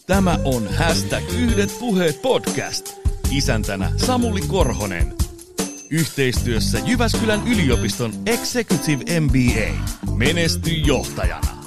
Tämä on #Yhdet puheet podcast. Isäntänä Samuli Korhonen. Yhteistyössä Jyväskylän yliopiston Executive MBA. Menesty johtajana.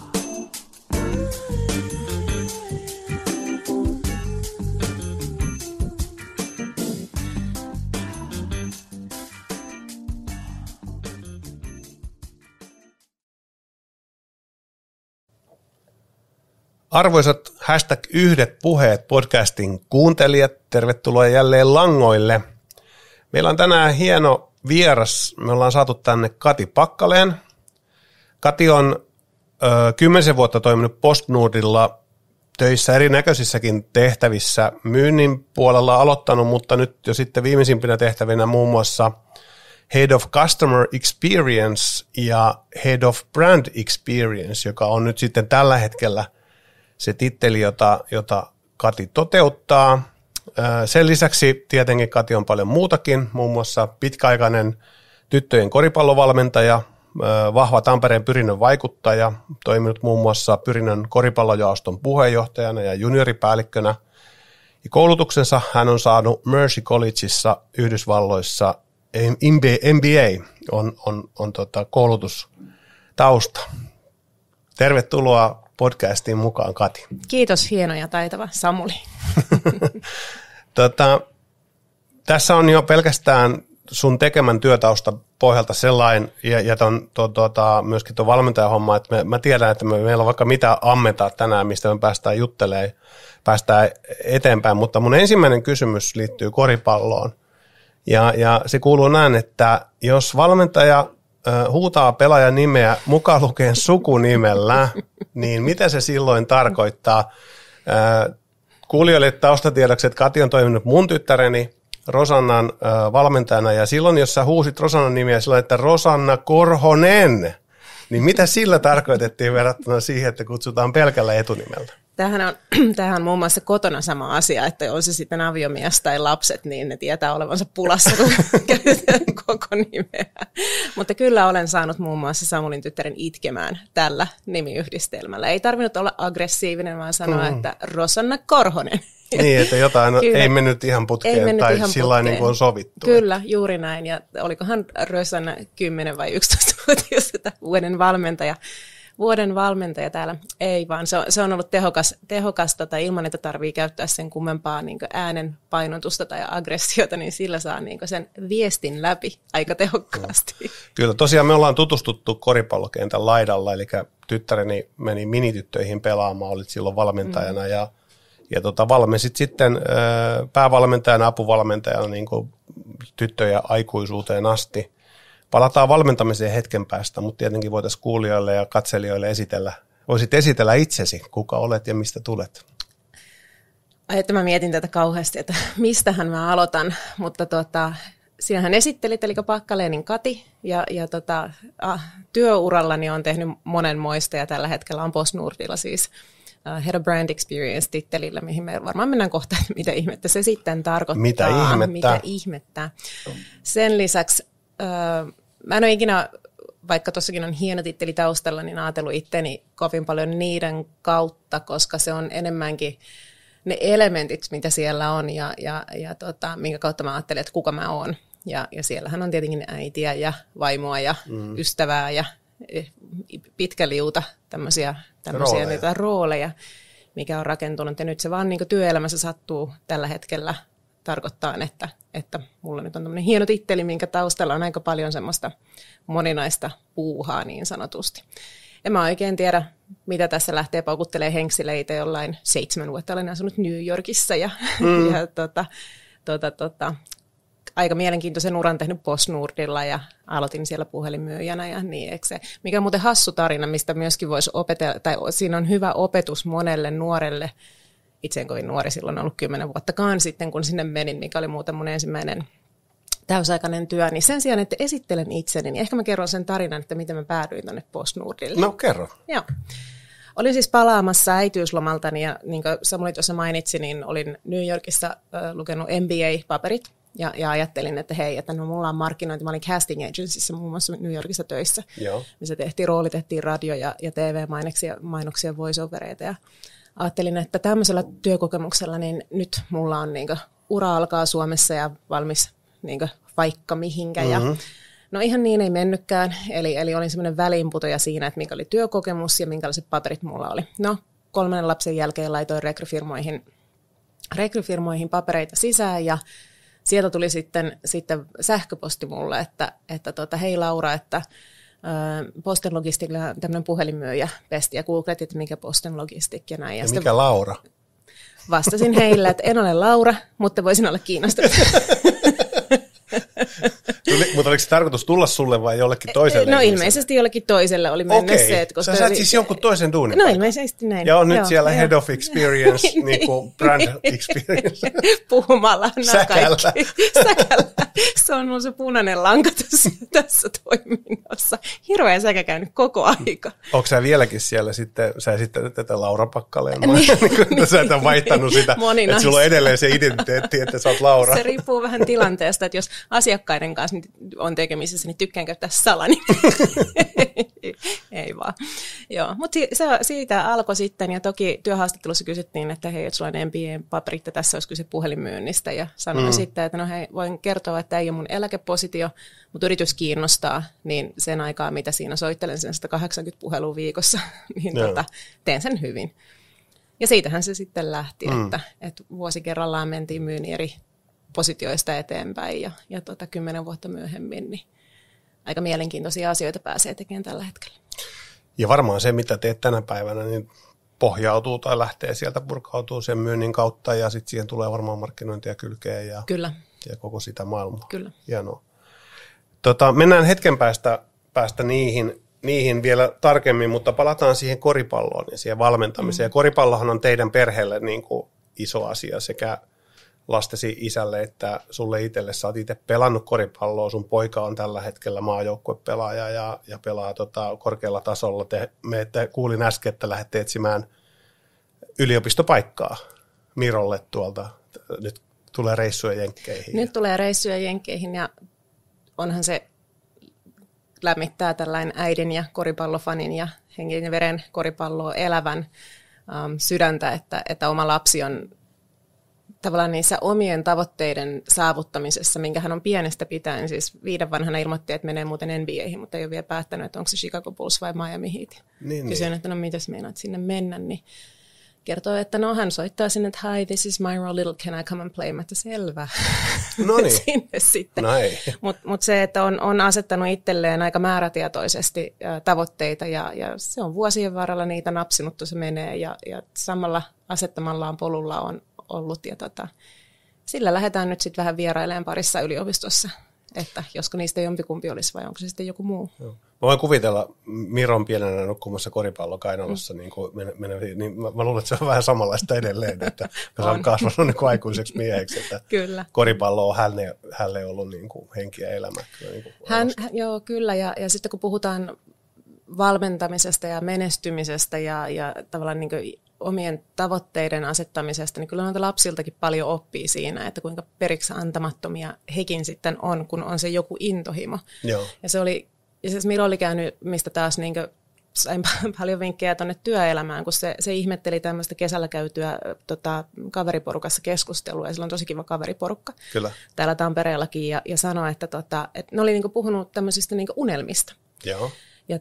Arvoisat #Yhdet puheet podcastin kuuntelijat, tervetuloa jälleen langoille. Meillä on tänään hieno vieras. Me ollaan saatu tänne Kati Pakkaleen. Kati on 10 vuotta toiminut PostNordilla töissä erinäköisissäkin tehtävissä. Myynnin puolella aloittanut, mutta nyt jo sitten viimeisimpinä tehtävinä muun muassa Head of Customer Experience ja Head of Brand Experience, joka on nyt sitten tällä hetkellä se titteli, jota Kati toteuttaa. Sen lisäksi tietenkin Kati on paljon muutakin, muun muassa pitkäaikainen tyttöjen koripallovalmentaja, vahva Tampereen Pyrinnön vaikuttaja, toiminut muun muassa Pyrinnön koripallojaoston puheenjohtajana ja junioripäällikkönä. Ja koulutuksensa hän on saanut Mercy Collegeissa Yhdysvalloissa, MBA on koulutustausta. Tervetuloa podcastiin mukaan, Kati. Kiitos, hieno ja taitava Samuli. Tässä on jo pelkästään sun tekemän työtausta pohjalta sellainen, ja myöskin tuon valmentajahomma, että mä tiedän, että meillä on vaikka mitä ammentaa tänään, mistä me päästään juttelemaan, päästään eteenpäin, mutta mun ensimmäinen kysymys liittyy koripalloon, ja se kuuluu näin, että jos valmentaja huutaa pelaajan nimeä mukaan lukien sukunimellä, niin mitä se silloin tarkoittaa? Kuulijoille taustatiedoksi, että Kati on toiminut mun tyttäreni Rosannan valmentajana, ja silloin, jos sä huusit Rosannan nimiä silloin, että Rosanna Korhonen, niin mitä sillä tarkoitettiin verrattuna siihen, että kutsutaan pelkällä etunimellä? Tämähän on muun muassa kotona sama asia, että on se sitten aviomies tai lapset, niin ne tietää olevansa pulassa, kun käytetään koko nimeä. Mutta kyllä olen saanut muun muassa Samulin tyttären itkemään tällä nimiyhdistelmällä. Ei tarvinnut olla aggressiivinen, vaan sanoa, että Rosanna Korhonen. Niin, että jotain ei mennyt ihan putkeen tai sillä niin kuin on sovittu. Kyllä, juuri näin. Ja olikohan Rosanna 10 vai 11-vuotias vuoden valmentaja täällä. Ei vaan, se on ollut tehokas ilman, että tarvii käyttää sen kummempaa niin äänen painotusta tai aggressiota, niin sillä saa niin sen viestin läpi aika tehokkaasti. Kyllä, tosiaan me ollaan tutustuttu koripallokentän laidalla, eli tyttäreni meni minityttöihin pelaamaan, olit silloin valmentajana ja valmensit sitten päävalmentajana, apuvalmentajana niin kuin tyttöjä aikuisuuteen asti. Palataan valmentamiseen hetken päästä, mutta tietenkin voitaisiin kuulijoille ja katselijoille voisit esitellä itsesi, kuka olet ja mistä tulet. Että mä mietin tätä kauheasti, että mistähän mä aloitan, mutta sinähän esittelit, eli Pakkalenin Kati, ja työurallani on tehnyt monenmoista, ja tällä hetkellä on PostNordilla siis Head of Brand Experience-tittelillä, mihin me varmaan mennään kohta, että mitä ihmettä se sitten tarkoittaa. Mitä ihmettä. Sen lisäksi mä en ole ikinä, vaikka tuossakin on hieno titteli taustalla, niin ajatellut itteni kovin paljon niiden kautta, koska se on enemmänkin ne elementit, mitä siellä on ja minkä kautta mä ajattelen, että kuka mä oon. Ja siellähän on tietenkin äitiä ja vaimoa ja ystävää ja pitkä liuta tämmöisiä rooleja, mikä on rakentunut. Ja nyt se vaan niin kuin työelämässä sattuu tällä hetkellä tarkoittaa, että mulla nyt on tämmöinen hieno titteli, minkä taustalla on aika paljon semmoista moninaista puuhaa niin sanotusti. En mä oikein tiedä, mitä tässä lähtee paukuttelemaan henksileitä jollain 7 vuotta. Olen asunut New Yorkissa ja aika mielenkiintoisen uran tehnyt PostNordilla ja aloitin siellä puhelinmyyjänä ja niin, eikö se? Mikä on muuten hassu tarina, mistä myöskin voisi opetella, tai siinä on hyvä opetus monelle nuorelle. Itse en kovin nuori, silloin ollut 10 vuottakaan sitten, kun sinne menin, mikä oli muuten mun ensimmäinen täysaikainen työ, niin sen sijaan, että esittelen itseni, niin ehkä mä kerron sen tarinan, että miten mä päädyin tonne PostNordille. No kerro. Joo. Olin siis palaamassa äitiyslomaltani ja niin kuin Samuli tuossa mainitsi, niin olin New Yorkissa lukenut MBA-paperit ja ajattelin, että hei, että no mulla on markkinointi, mä olin casting agencyssä muun muassa New Yorkissa töissä, missä roolitettiin radio- ja TV-mainoksia, voice-overeita ja ajattelin, että tämmöisellä työkokemuksella niin nyt mulla on niin kuin ura alkaa Suomessa ja valmis niin kuin vaikka mihinkä. Mm-hmm. Ja no ihan niin ei mennytkään, eli olin semmoinen väliinputoja siinä, että mikä oli työkokemus ja minkälaiset paperit mulla oli. No 3. lapsen jälkeen laitoin rekryfirmoihin papereita sisään ja sieltä tuli sitten sähköposti mulle, että hei Laura, että Boston Logisticilla on tämmöinen puhelinmyyjä pesti ja googlet, että mikä Boston Logistic ja näin. Ja mikä Laura? Vastasin heille, että en ole Laura, mutta voisin olla kiinnostunut. Mutta oliko se tarkoitus tulla sulle vai jollekin toiselle? No ilmeisesti jollekin toiselle oli mennyt se. Että sä saat siis jonkun toisen duunin. No ilmeisesti näin. Ja on nyt siellä Head of Experience, niin kuin Brand Experience. Puhumalla kaikki. Säkällä. Se on ollut se punainen lanka tässä toiminnassa. Hirveän säkä käynyt koko aika. Onko sä vieläkin siellä sitten, sä esittelet tätä Laura Pakkaleenoa, niin. Sä et ole vaihtanut sitä, että sulla on edelleen se identiteetti, että sä oot Laura. Se riippuu vähän tilanteesta, että jos asiakkaiden kanssa on tekemisissä, niin tykkään käyttää salani. Ei vaan. Joo, mutta siitä alkoi sitten, ja toki työhaastattelussa kysyttiin, että hei, että sulla on MBA-paperit, tässä olisi kyse puhelinmyynnistä, ja sanoin sitten, että no hei, voin kertoa, että ei ole mun eläkepositio, mutta yritys kiinnostaa, niin sen aikaa, mitä siinä soittelen sen 180 puhelua viikossa, niin teen sen hyvin. Ja siitähän se sitten lähti, että vuosi kerrallaan mentiin myynnin eri positioista eteenpäin, ja 10 vuotta myöhemmin, niin aika mielenkiintoisia asioita pääsee tekemään tällä hetkellä. Ja varmaan se, mitä teet tänä päivänä, niin pohjautuu tai lähtee sieltä, purkautuu sen myynnin kautta, ja sitten siihen tulee varmaan markkinointia kylkeen ja koko sitä maailmaa. Kyllä. Hienoa. Mennään hetken päästä niihin vielä tarkemmin, mutta palataan siihen koripalloon ja siihen valmentamiseen. Ja koripallohan on teidän perheelle niin kuin iso asia sekä lastesi isälle että sulle itselle. Sä oot itse pelannut koripalloa, sun poika on tällä hetkellä maajoukkuepelaaja ja pelaa korkealla tasolla. Kuulin äsken, että lähdette etsimään yliopistopaikkaa Mirolle tuolta. Nyt tulee reissuja jenkkeihin. Nyt tulee reissuja jenkkeihin ja onhan se lämmittää tällainen äidin ja koripallofanin ja hengen ja veren koripalloa elävän sydäntä, että oma lapsi on tavallaan niissä omien tavoitteiden saavuttamisessa, minkä hän on pienestä pitäen. Siis 5 vanhana ilmoitti, että menee muuten NBA:ihin, mutta ei ole vielä päättänyt, että onko se Chicago Bulls vai Miami Heat. Kysyin, että no mitäs meinaat sinne mennä, niin kertoo, että no hän soittaa sinne, että hi, this is Myra Little, can I come and play? Mä että selvä. No niin. Sinne sitten. No Mutta se, että on asettanut itselleen aika määrätietoisesti tavoitteita ja se on vuosien varrella niitä napsinut, se menee ja samalla asettamallaan polulla on ollut ja sillä lähdetään nyt sitten vähän vierailemaan parissa yliopistossa, että josko niistä jompikumpi olisi vai onko se sitten joku muu. Joo. Mä voin kuvitella Miron pienenä nukkumassa koripallokainalossa, niin mä luulen, että se on vähän samanlaista edelleen, että se on kasvanut niin kuin aikuiseksi mieheksi, että kyllä. Koripallo on hänelle ollut niin kuin henki ja elämä. Niin kuin joo, kyllä, ja sitten kun puhutaan valmentamisesta ja menestymisestä ja tavallaan niin kuin omien tavoitteiden asettamisesta, niin kyllä noita lapsiltakin paljon oppii siinä, että kuinka periksi antamattomia hekin sitten on, kun on se joku intohimo. Joo. Ja se oli, ja siis Miro oli käynyt, mistä taas niin kuin sain paljon vinkkejä tuonne työelämään, kun se ihmetteli tämmöistä kesällä käytyä kaveriporukassa keskustelua, ja sillä on tosi kiva kaveriporukka. Kyllä. Täällä Tampereellakin, ja sanoi, että ne oli niin kuin puhunut tämmöisistä niin kuin unelmista. Joo. Ja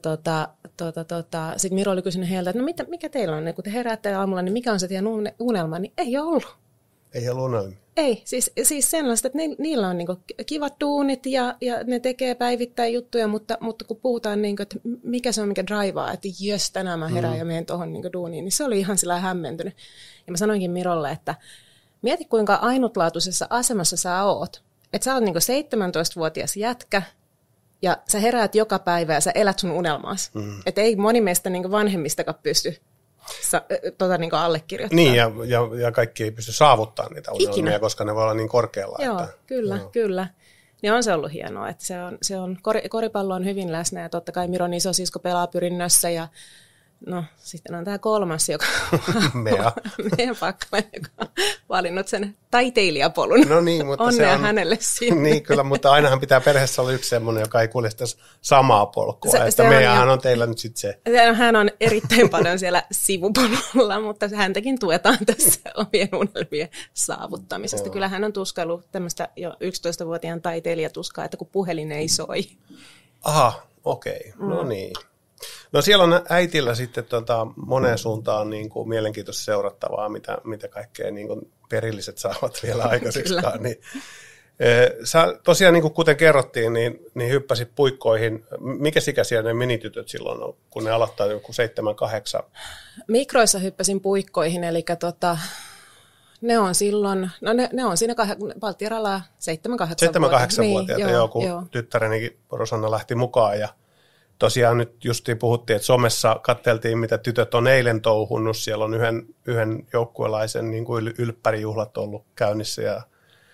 sitten Miro oli kysynyt heiltä, että no mikä teillä on, kun te heräätte aamulla, niin mikä on se teidän unelma? Niin ei ollut. Ei ollut unelmia. Ei, siis sellaista, että niillä on niinku kivat duunit ja ne tekee päivittäin juttuja, mutta kun puhutaan, niinku, että mikä se on, mikä draivaa, että jes, tänään mä herään ja menen tuohon niinku duuniin, niin se oli ihan sillä hämmentynyt. Ja mä sanoinkin Mirolle, että mieti kuinka ainutlaatuisessa asemassa sä oot. Että sä oot niinku 17-vuotias jätkä, ja sä heräät joka päivä ja sä elät sun unelmaas. Että ei moni meistä niinku vanhemmistakaan pysty niinku allekirjoittamaan. Niin, ja kaikki ei pysty saavuttamaan niitä unelmia, koska ne voi olla niin korkealla. Joo, kyllä. Niin on se ollut hienoa, että koripallo on hyvin läsnä ja totta kai Miron isosisko pelaa Pyrinnössä ja No, sitten on tämä kolmas, joka Mea Pakkala, joka on valinnut sen taiteilijapolun. No niin, mutta onnea se on, hänelle sinne. Niin kyllä, mutta ainahan pitää perheessä olla yksi semmoinen, joka ei kuljettaisi samaa polkua. Että Meahan on teillä nyt sitten se. Hän on erittäin paljon siellä sivupolulla, mutta häntäkin tuetaan tässä omien unelmien saavuttamisesta. Kyllä hän on tuskaillut tämmöistä jo 11-vuotiaan taiteilijatuskaa, että kun puhelin ei soi. Aha, okei. No niin. No siellä on äitillä sitten moneen suuntaan niin kuin mielenkiintoista seurattavaa, mitä kaikkea niin kuin perilliset saavat vielä aikaiseksikaan. Niin, sä tosiaan, niin kuin kuten kerrottiin, niin hyppäsit puikkoihin. Mikä ikäisiä ne minitytöt silloin on, kun ne aloittaa joku 7-8? Mikroissa hyppäsin puikkoihin, eli ne on silloin, no ne on siinä Baltieralla 7-8-vuotiaita, joo, kun tyttärenikin Rosanna lähti mukaan ja tosiaan nyt justiin puhuttiin, että somessa katseltiin, mitä tytöt on eilen touhunnut. Siellä on yhden joukkuelaisen niin kuin ylppärijuhlat ollut käynnissä ja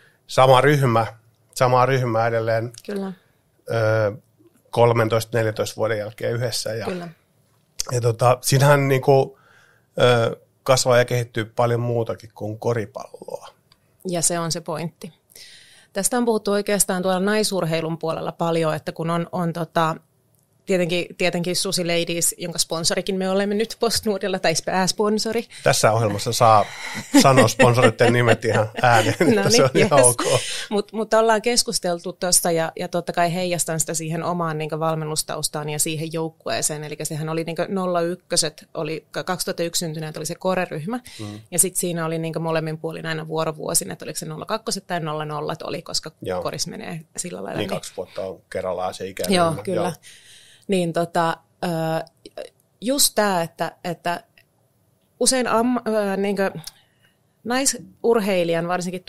sama ryhmä edelleen. Kyllä. 13-14 vuoden jälkeen yhdessä. Kyllä. Ja siinähän niin kuin, kasvaa ja kehittyy paljon muutakin kuin koripalloa. Ja se on se pointti. Tästä on puhuttu oikeastaan tuolla naisurheilun puolella paljon, että kun on tietenkin Susi Ladies, jonka sponsorikin me olemme nyt PostNordilla, tai pääsponsori. Tässä ohjelmassa saa sanoa sponsoritten nimet ihan ääneen, että se on ihan ok. Mutta ollaan keskusteltu tuosta ja totta kai heijastan sitä siihen omaan niin valmennustaustaan ja siihen joukkueeseen. Eli sehän oli niin 01, oli 2001 syntyneet oli se koreryhmä. Ja sitten siinä oli niin molemmin puolin aina vuorovuosin, että oliko se 02 tai 00 oli, koska koris menee sillä lailla. Niin 2 vuotta on kerrallaan se ikäryhmä. Joo, kyllä. Joo. Niin just tämä, että usein niin naisurheilijan, varsinkin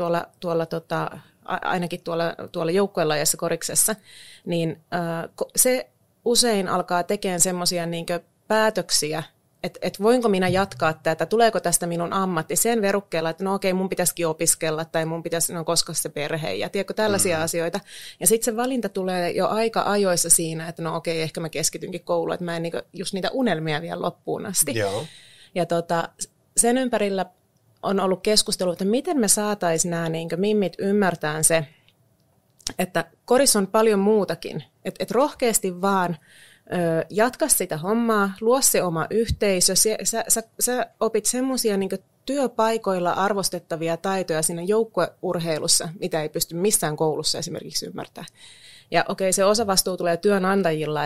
ainakin tuolla joukkuelajeissa koriksessa, niin se usein alkaa tekemään semmoisia niin päätöksiä, että voinko minä jatkaa tätä, tuleeko tästä minun ammatti sen verukkeella, että no okei, mun pitäisikin opiskella tai mun pitäisi, no koska se perhe ja tiedätkö tällaisia asioita. Ja sitten se valinta tulee jo aika ajoissa siinä, että no okei, ehkä mä keskitynkin kouluun, että mä en just niitä unelmia vielä loppuun asti. Joo. Ja sen ympärillä on ollut keskustelu, että miten me saataisiin nämä mimmit ymmärtää se, että korissa on paljon muutakin, että rohkeasti vaan jatka sitä hommaa, luo se oma yhteisö. Sä opit semmoisia niin työpaikoilla arvostettavia taitoja siinä joukkueurheilussa, mitä ei pysty missään koulussa esimerkiksi ymmärtämään. Ja okei, se osavastuu tulee työnantajilla,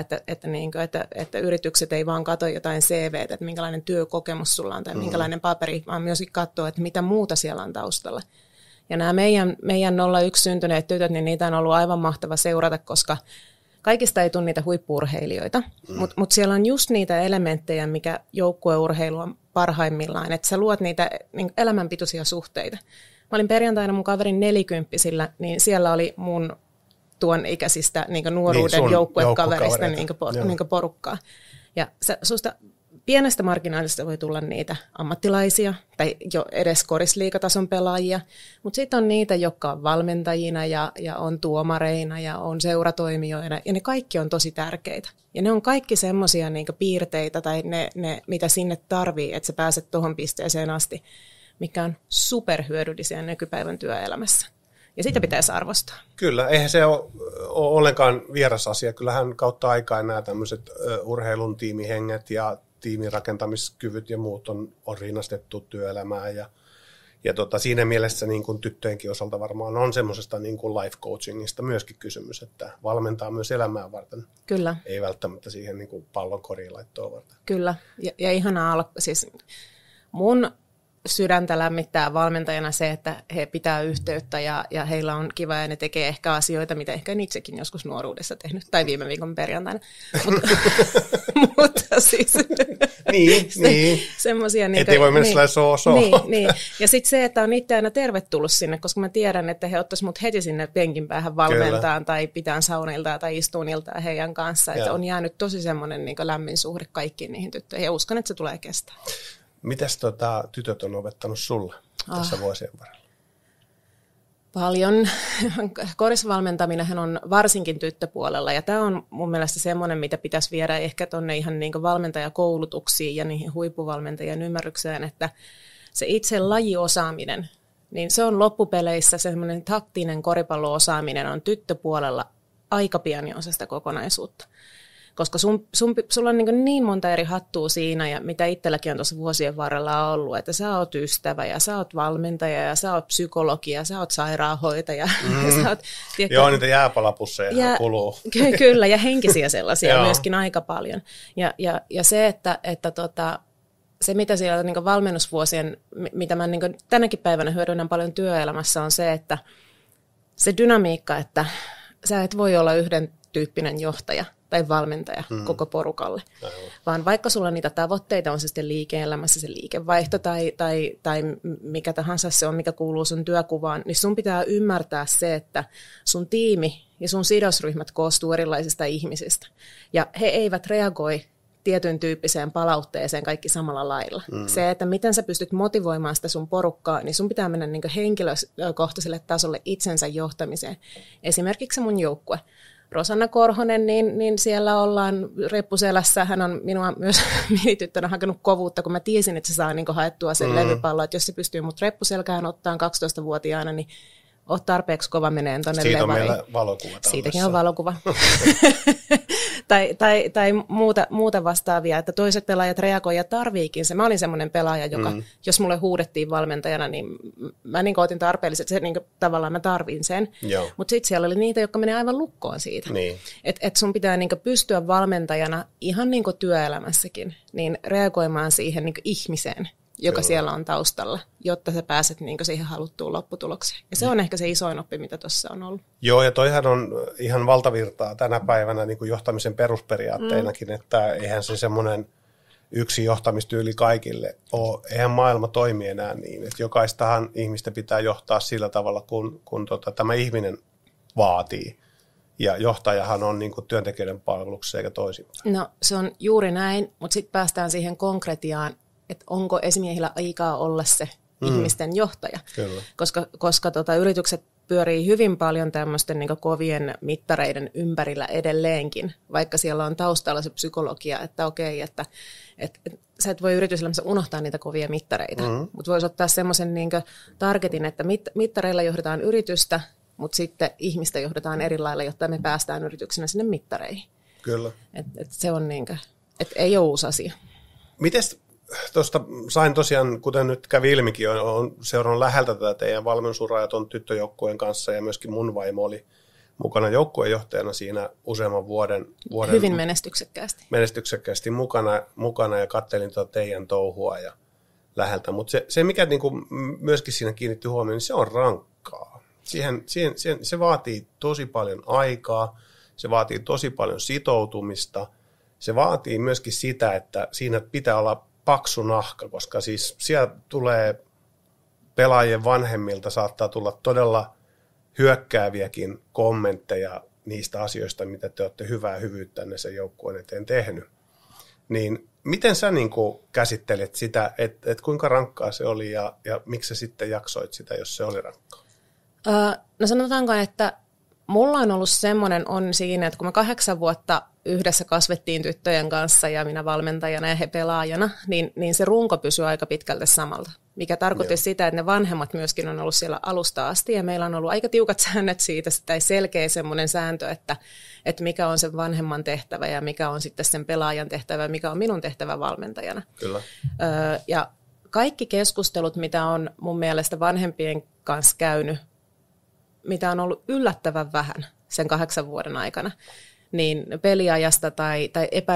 että yritykset ei vaan katso jotain CVtä, että minkälainen työkokemus sulla on tai minkälainen paperi, vaan myöskin katsoo, että mitä muuta siellä on taustalla. Ja nämä meidän 01 syntyneet tytöt, niin niitä on ollut aivan mahtava seurata, koska kaikista ei tule niitä huippu-urheilijoita, mutta siellä on just niitä elementtejä, mikä joukkueurheilu on parhaimmillaan, että sä luot niitä niin elämänpituisia suhteita. Mä olin perjantaina mun kaverin 40-sillä, niin siellä oli mun tuon ikäisistä niin nuoruuden joukkuekavereista niin porukkaa. Ja susta pienestä marginaalista voi tulla niitä ammattilaisia tai jo edes korisliigatason pelaajia, mutta sitten on niitä, jotka on valmentajina ja on tuomareina ja on seuratoimijoina ja ne kaikki on tosi tärkeitä. Ja ne on kaikki semmoisia niinku piirteitä tai ne, mitä sinne tarvii, että sä pääset tuohon pisteeseen asti, mikä on superhyödyllisiä nykypäivän työelämässä. Ja sitä pitäisi arvostaa. Kyllä, eihän se ole ollenkaan vieras asia. Kyllähän kautta aikaa nämä tämmöiset urheilun tiimihenget ja tiimirakentamiskyvyt ja muut on rinnastettu työelämään ja siinä mielessä niin kuin tyttöjenkin osalta varmaan on semmoisesta niin kuin life coachingista myöskin kysymys, että valmentaa myös elämää varten. Kyllä. Ei välttämättä siihen niin kuin pallon koriin laittoa varten. Kyllä, ja ihanaa olla, siis mun sydäntä lämmittää valmentajana se, että he pitää yhteyttä ja heillä on kiva ja ne tekee ehkä asioita, mitä ehkä itsekin joskus nuoruudessa tehnyt, tai viime viikon perjantaina. Mutta siis niin. Semmoisia. Ettei voi mennä sellainen Niin. Ja sitten se, että on itse aina tervetullut sinne, koska mä tiedän, että he ottaisivat mut heti sinne penkin päähän valmentaan tai pitää sauniltaan tai istuuniltaan heidän kanssa. Että on jäänyt tosi semmoinen niin lämmin suhde kaikkiin niihin tyttöihin ja uskon, että se tulee kestää. Mitäs tytöt on opettanut sulle tässä vuosien varrella? Paljon. Korisvalmentaminenhan on varsinkin tyttöpuolella, ja tämä on mun mielestä semmoinen, mitä pitäisi viedä ehkä tuonne ihan niin kuin valmentajakoulutuksiin ja niihin huippuvalmentajien ymmärrykseen, että se itse lajiosaaminen, niin se on loppupeleissä semmoinen taktinen koripalloosaaminen on tyttöpuolella aika pieni osa sitä kokonaisuutta. Koska sulla on niin monta eri hattua siinä, ja mitä itselläkin on tuossa vuosien varrella ollut, että sä oot ystävä, ja sä oot valmentaja, ja sä oot psykologi, ja sä oot sairaanhoitaja. Ja sä oot, joo, niitä jääpalapusseja kuluu. Kyllä, ja henkisiä sellaisia myöskin aika paljon. Ja se, että se, mitä siellä niin valmennusvuosien, mitä mä niin tänäkin päivänä hyödynnän paljon työelämässä, on se, että se dynamiikka, että sä et voi olla yhden tyyppinen johtaja tai valmentaja koko porukalle, vaan vaikka sulla on niitä tavoitteita, on se sitten liike-elämässä se liikevaihto tai mikä tahansa se on, mikä kuuluu sun työkuvaan, niin sun pitää ymmärtää se, että sun tiimi ja sun sidosryhmät koostuu erilaisista ihmisistä, ja he eivät reagoi tietyn tyyppiseen palautteeseen kaikki samalla lailla. Se, että miten sä pystyt motivoimaan sitä sun porukkaa, niin sun pitää mennä niin kuin henkilökohtaiselle tasolle itsensä johtamiseen. Esimerkiksi mun joukkue. Rosanna Korhonen, niin siellä ollaan reppuselässä. Hän on minua myös minityttönä hakenut kovuutta, kun mä tiesin, että se saa niin kuin haettua sen levypallon, että jos se pystyy mut reppuselkään ottaan 12-vuotiaana, niin oot tarpeeksi kova meneen tuonne levariin. Siitä on meillä valokuva. Siitäkin on valokuva. tai muuta vastaavia, että toiset pelaajat reagoi ja tarviikin se. Mä olin semmoinen pelaaja, joka, jos mulle huudettiin valmentajana, niin mä niin otin tarpeelliset, että niin tavallaan mä tarvin sen. Mutta sitten siellä oli niitä, jotka menee aivan lukkoon siitä. Niin. Että sun pitää niin pystyä valmentajana ihan niin työelämässäkin, niin reagoimaan siihen niin ihmiseen, joka siellä on taustalla, jotta sä pääset niin siihen haluttuun lopputulokseen. Ja se on ehkä se isoin oppi, mitä tuossa on ollut. Joo, ja toihan on ihan valtavirtaa tänä päivänä niin kuin johtamisen perusperiaatteinakin, että eihän se semmoinen yksi johtamistyyli kaikille ole. Eihän maailma toimi enää niin, että jokaistahan ihmistä pitää johtaa sillä tavalla, kun tämä ihminen vaatii. Ja johtajahan on niin kuin työntekijöiden palveluksessa eikä toisinpäin. No se on juuri näin, mutta sitten päästään siihen konkretiaan, että onko esimiehillä aikaa olla se ihmisten johtaja. Kyllä. Koska yritykset pyörii hyvin paljon tämmöisten niin kovien mittareiden ympärillä edelleenkin, vaikka siellä on taustalla se psykologia, että okei, että sä et voi yrityselämässä unohtaa niitä kovia mittareita, mutta voisi ottaa semmoisen niin targetin, että mittareilla johdetaan yritystä, mutta sitten ihmistä johdetaan eri lailla, jotta me päästään yrityksenä sinne mittareihin. Kyllä. Et se on niin kuin, että ei ole uusi asia. Mites tuosta sain tosiaan, kuten nyt kävi ilmikin, on seurannut läheltä tätä teidän valmennusuraa tuon tyttöjoukkueen kanssa, ja myöskin mun vaimo oli mukana joukkueenjohtajana siinä useamman vuoden. Hyvin menestyksekkäästi. Menestyksekkäästi mukana ja kattelin tuota teidän touhua ja läheltä. Mutta se mikä niinku myöskin siinä kiinnitti huomioon, niin se on rankkaa. Se vaatii tosi paljon aikaa, se vaatii tosi paljon sitoutumista, se vaatii myöskin sitä, että siinä pitää olla paksu nahka, koska siis siellä tulee pelaajien vanhemmilta saattaa tulla todella hyökkääviäkin kommentteja niistä asioista, mitä te olette hyvää hyvyyttänne sen joukkueen eteen tehnyt. Niin miten sä niin kuin käsittelet sitä, että kuinka rankkaa se oli ja miksi sä sitten jaksoit sitä, jos se oli rankkaa? No sanotaanko, että mulla on ollut semmoinen onni siinä, että kun me 8 vuotta yhdessä kasvettiin tyttöjen kanssa ja minä valmentajana ja he pelaajana, niin se runko pysyy aika pitkälti samalta. Mikä tarkoitti sitä, että ne vanhemmat myöskin on ollut siellä alusta asti ja meillä on ollut aika tiukat säännöt siitä, tai selkeä semmoinen sääntö, että mikä on sen vanhemman tehtävä ja mikä on sitten sen pelaajan tehtävä ja mikä on minun tehtävä valmentajana. Kyllä. Ja kaikki keskustelut, mitä on mun mielestä vanhempien kanssa käynyt, mitä on ollut yllättävän vähän sen 8 vuoden aikana, niin peliajasta tai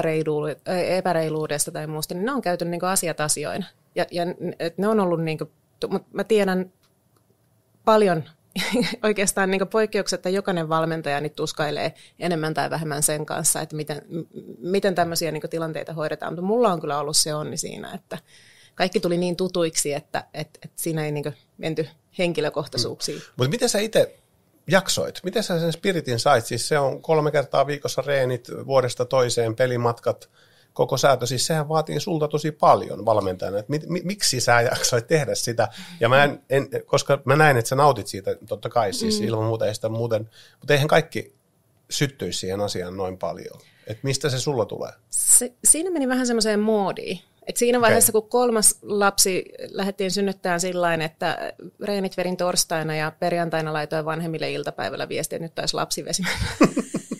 epäreiluudesta tai muusta, niin ne on käyty niin kuin asiat asioina. Ja ne on ollut, niin kuin, mutta mä tiedän paljon oikeastaan niin kuin poikkeuksetta jokainen valmentaja niin tuskailee enemmän tai vähemmän sen kanssa, että miten tämmöisiä niin kuin tilanteita hoidetaan. Mutta mulla on kyllä ollut se onni siinä, että kaikki tuli niin tutuiksi, että siinä ei niin kuin menty henkilökohtaisuuksiin. Mutta miten sä itse jaksoit? Miten sä sen spiritin sait? Siis se on 3 kertaa viikossa reenit vuodesta toiseen, pelimatkat koko säätö, siis sehän vaatii sulta tosi paljon valmentajana, että miksi sä jaksoit tehdä sitä, ja koska mä näin, että sä nautit siitä, totta kai, siis ilman muuta ei sitä muuten, mutta eihän kaikki syttyisi siihen asiaan noin paljon, että mistä se sulla tulee? Siinä meni vähän semmoiseen moodiin. Et siinä vaiheessa, kun 3. lapsi lähdettiin synnyttämään sillain, että reenit verin torstaina ja perjantaina laitoin vanhemmille iltapäivällä viestiä, että nyt taisi lapsivesi mennä.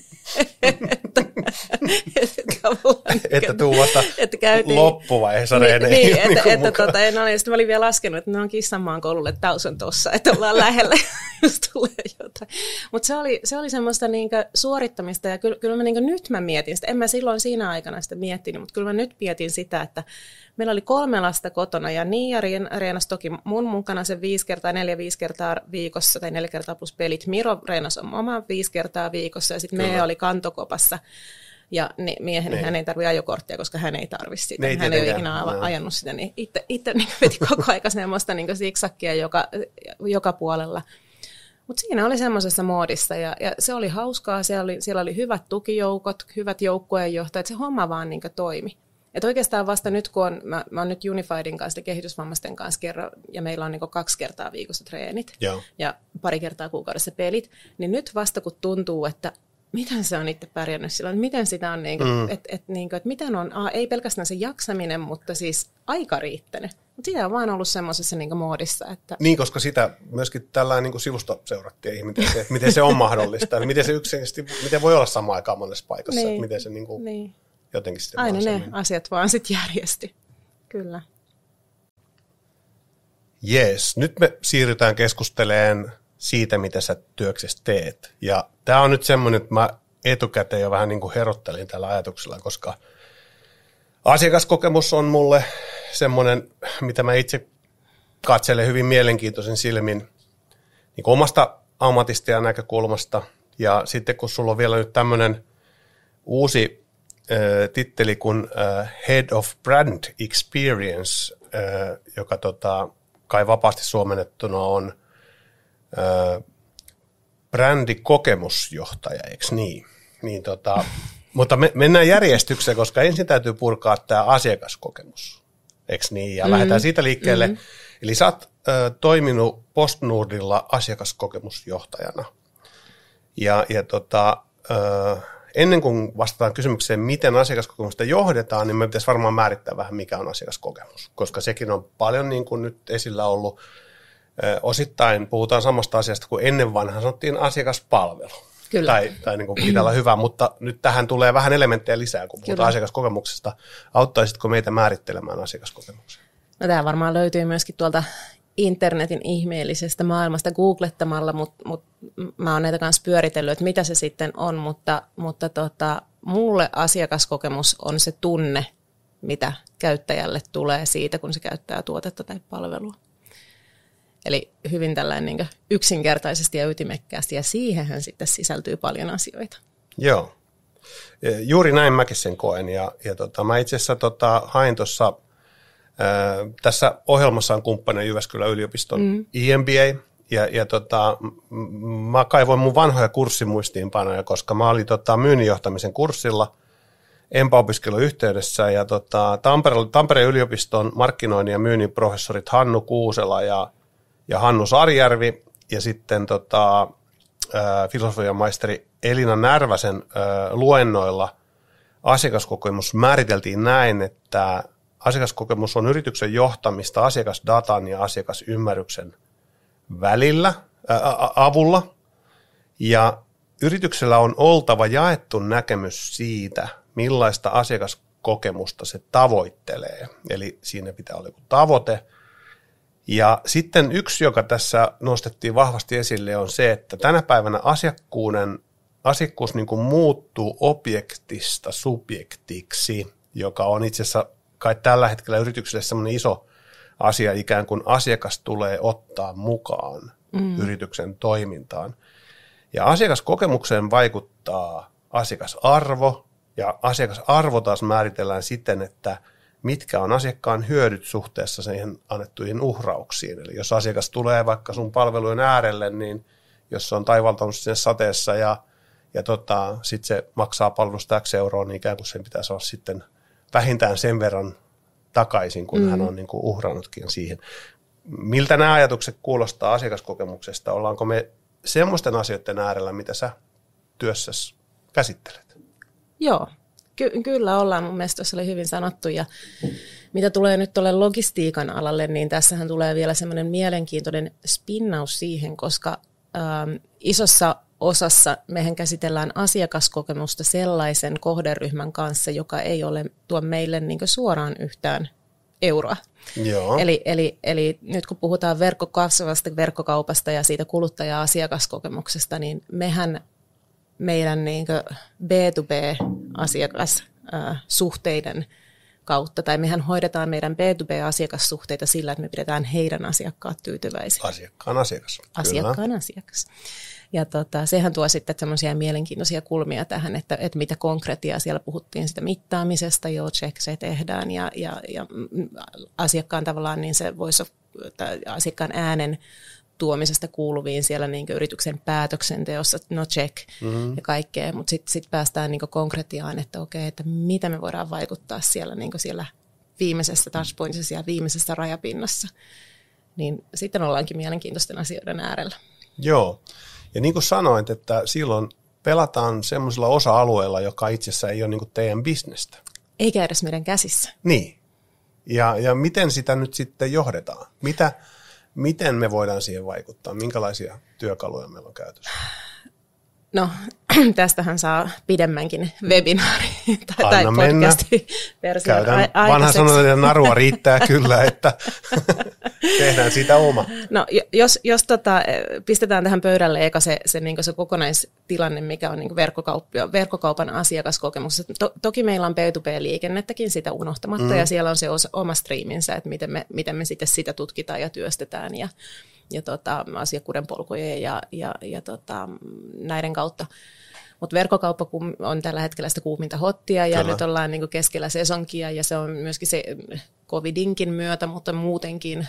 Että tuu vasta loppuvaiheessa reeneihin. Sitten mä olin vielä laskenut, että ne on Kissanmaan koululle tausun tossa, että ollaan lähellä, jos tulee jotain. Mutta se oli semmoista niinku suorittamista, ja kyllä mä niinku nyt mä mietin sitä. En mä silloin siinä aikana sitä miettinyt, mutta kyllä mä nyt mietin sitä, että meillä oli 3 lasta kotona, ja Niia reenasi toki mun mukana sen 5 kertaa viikossa, tai 4 kertaa plus pelit. Miro reenasi oman 5 kertaa viikossa, ja sitten Mea oli kantokopassa. Ja miehen hän ei tarvitse ajokorttia, koska hän ei tarvitse sitä. Hän ei ole ikinä ajanut sitä, niin itse niin veti koko ajan semmoista niin siksakkia joka puolella. Mutta siinä oli semmoisessa moodissa, ja se oli hauskaa, siellä oli hyvät tukijoukot, hyvät joukkueenjohtajat, se homma vaan niin toimi. Et oikeastaan vasta nyt, kun mä oon nyt Unifiedin kanssa ja kehitysvammaisten kanssa kerran, ja meillä on niin 2 kertaa viikossa treenit ja 2 kertaa kuukaudessa pelit, niin nyt vasta kun tuntuu, että miten se on itse pärjännyt silloin, miten sitä on, että miten on, ei pelkästään se jaksaminen, mutta siis aika riittänyt. Mutta sitä on vaan ollut semmoisessa moodissa. Että niin, koska sitä myöskin tällainen sivusta seurattiin, että miten se on mahdollista, eli miten se miten voi olla samaan aikaan monessa paikassa, että miten se jotenkin sitten aina ne asiat vaan sitten järjesti, kyllä. Jees, nyt me siirrytään keskustelemaan siitä, mitä sä työksessä teet. Ja tämä on nyt semmoinen, että mä etukäteen jo vähän herottelin tällä ajatuksella, koska asiakaskokemus on mulle semmoinen, mitä mä itse katselen hyvin mielenkiintoisen silmin omasta ammatista ja näkökulmasta. Ja sitten kun sulla on vielä nyt tämmöinen uusi titteli kuin Head of Brand Experience, joka kai vapaasti suomennettuna on brändikokemusjohtaja, eikö niin? Mutta mennään järjestykseen, koska ensin täytyy purkaa tämä asiakaskokemus, eikö niin? Ja lähdetään siitä liikkeelle. Eli sä oot toiminut PostNordilla asiakaskokemusjohtajana. Ennen kuin vastataan kysymykseen, miten asiakaskokemusta johdetaan, niin me pitäisi varmaan määrittää vähän, mikä on asiakaskokemus, koska sekin on paljon niin kuin nyt esillä ollut. Osittain puhutaan samasta asiasta kuin ennen vanhaan sanottiin asiakaspalvelu. Kyllä. Tai niin kuin pitää olla hyvä, mutta nyt tähän tulee vähän elementtejä lisää, kun puhutaan asiakaskokemuksesta. Auttaisitko meitä määrittelemään asiakaskokemuksen? No, tämä varmaan löytyy myöskin tuolta internetin ihmeellisestä maailmasta googlettamalla, mutta mä oon näitä kanssa pyöritellyt, että mitä se sitten on, mutta mulle asiakaskokemus on se tunne, mitä käyttäjälle tulee siitä, kun se käyttää tuotetta tai palvelua. Eli hyvin tällainen yksinkertaisesti ja ytimekkäästi, ja siihenhän sitten sisältyy paljon asioita. Joo, juuri näin mäkin sen koen, ja mä itse asiassa hain tuossa, tässä ohjelmassa on kumppana Jyväskylän yliopiston EMBA, ja mä kaivoin mun vanhoja kurssimuistiinpanoja, koska mä olin myynnin johtamisen kurssilla EMPA-opiskelun yhteydessä, ja Tampereen yliopiston markkinoinnin ja myynnin professorit Hannu Kuusela ja Hannu Sarjärvi, ja sitten filosofian maisteri Elina Närväsen luennoilla asiakaskokemus määriteltiin näin, että asiakaskokemus on yrityksen johtamista asiakasdatan ja asiakasymmärryksen avulla, ja yrityksellä on oltava jaettu näkemys siitä, millaista asiakaskokemusta se tavoittelee, eli siinä pitää olla joku tavoite. Ja sitten yksi, joka tässä nostettiin vahvasti esille, on se, että tänä päivänä asiakkuus niin kuin muuttuu objektista subjektiksi, joka on itse asiassa kai tällä hetkellä yritykselle semmoinen iso asia, ikään kuin asiakas tulee ottaa mukaan yrityksen toimintaan. Ja asiakaskokemukseen vaikuttaa asiakasarvo, ja asiakasarvo taas määritellään siten, että mitkä on asiakkaan hyödyt suhteessa siihen annettuihin uhrauksiin. Eli jos asiakas tulee vaikka sun palvelujen äärelle, niin jos se on taivaltanut sinne sateessa ja sitten se maksaa palvelusta X euroa, niin ikään kuin sen pitäisi olla sitten vähintään sen verran takaisin, kun hän on niin kuin uhrannutkin siihen. Miltä nämä ajatukset kuulostaa asiakaskokemuksesta? Ollaanko me semmoisten asioiden äärellä, mitä sä työssäsi käsittelet? Joo, kyllä ollaan. Mun mielestä tuossa oli hyvin sanottu. Ja mitä tulee nyt tuolle logistiikan alalle, niin tässähän tulee vielä semmoinen mielenkiintoinen spinnaus siihen, koska isossa osassa mehän käsitellään asiakaskokemusta sellaisen kohderyhmän kanssa, joka ei ole tuo meille niin kuin suoraan yhtään euroa. Joo. Eli nyt kun puhutaan kasvavasta verkkokaupasta ja siitä kuluttaja-asiakaskokemuksesta, niin meidän niin kuin B2B-asiakassuhteiden kautta, tai mehän hoidetaan meidän B2B-asiakassuhteita sillä, että me pidetään heidän asiakkaat tyytyväisiä. Asiakkaan asiakas. Ja sehän tuo sitten semmoisia mielenkiintoisia kulmia tähän, että mitä konkretiaa siellä puhuttiin sitä mittaamisesta, check se tehdään, ja asiakkaan tavallaan niin se voisi asiakkaan äänen tuomisesta kuuluviin siellä niin yrityksen päätöksenteossa, check ja kaikkea, mutta sitten päästään niin konkretiaan, että okei, että mitä me voidaan vaikuttaa siellä, niin siellä viimeisessä touchpointissa ja viimeisessä rajapinnassa, niin sitten ollaankin mielenkiintoisten asioiden äärellä. Joo, ja niin kuin sanoit, että silloin pelataan semmoisella osa-alueella, joka itse asiassa ei ole niin kuin teidän bisnestä. Eikä edes meidän käsissä. Niin, ja miten sitä nyt sitten johdetaan? Miten me voidaan siihen vaikuttaa? Minkälaisia työkaluja meillä on käytössä? No, tästähän saa pidemmänkin webinaari tai podcasti-versio. Käydään vanha sanoinen, että narua riittää kyllä, että tehdään siitä oma. No, jos pistetään tähän pöydälle eka se kokonaistilanne, mikä on niin verkkokaupan asiakaskokemuksessa. Toki meillä on B2B-liikennettäkin sitä unohtamatta, ja siellä on se oma striiminsä, että miten me sitten sitä tutkitaan ja työstetään, ja asiakkuuden polkujen ja näiden kautta. Mutta verkkokauppa on tällä hetkellä sitä kuuminta hottia, ja nyt ollaan niinku keskellä sesonkia, ja se on myöskin se covidinkin myötä, mutta muutenkin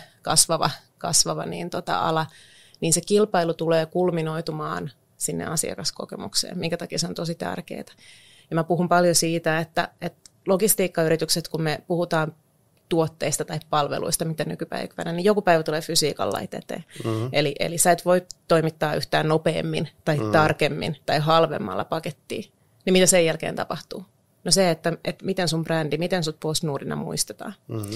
kasvava niin ala, niin se kilpailu tulee kulminoitumaan sinne asiakaskokemukseen, minkä takia se on tosi tärkeää. Ja mä puhun paljon siitä, että logistiikkayritykset, kun me puhutaan tuotteista tai palveluista, mitä nykypäivänä, niin joku päivä tulee fysiikan laite eteen. Eli sä et voi toimittaa yhtään nopeammin tai tarkemmin tai halvemmalla pakettia. Niin mitä sen jälkeen tapahtuu? No se, että miten sun brändi, miten sut PostNordina muistetaan.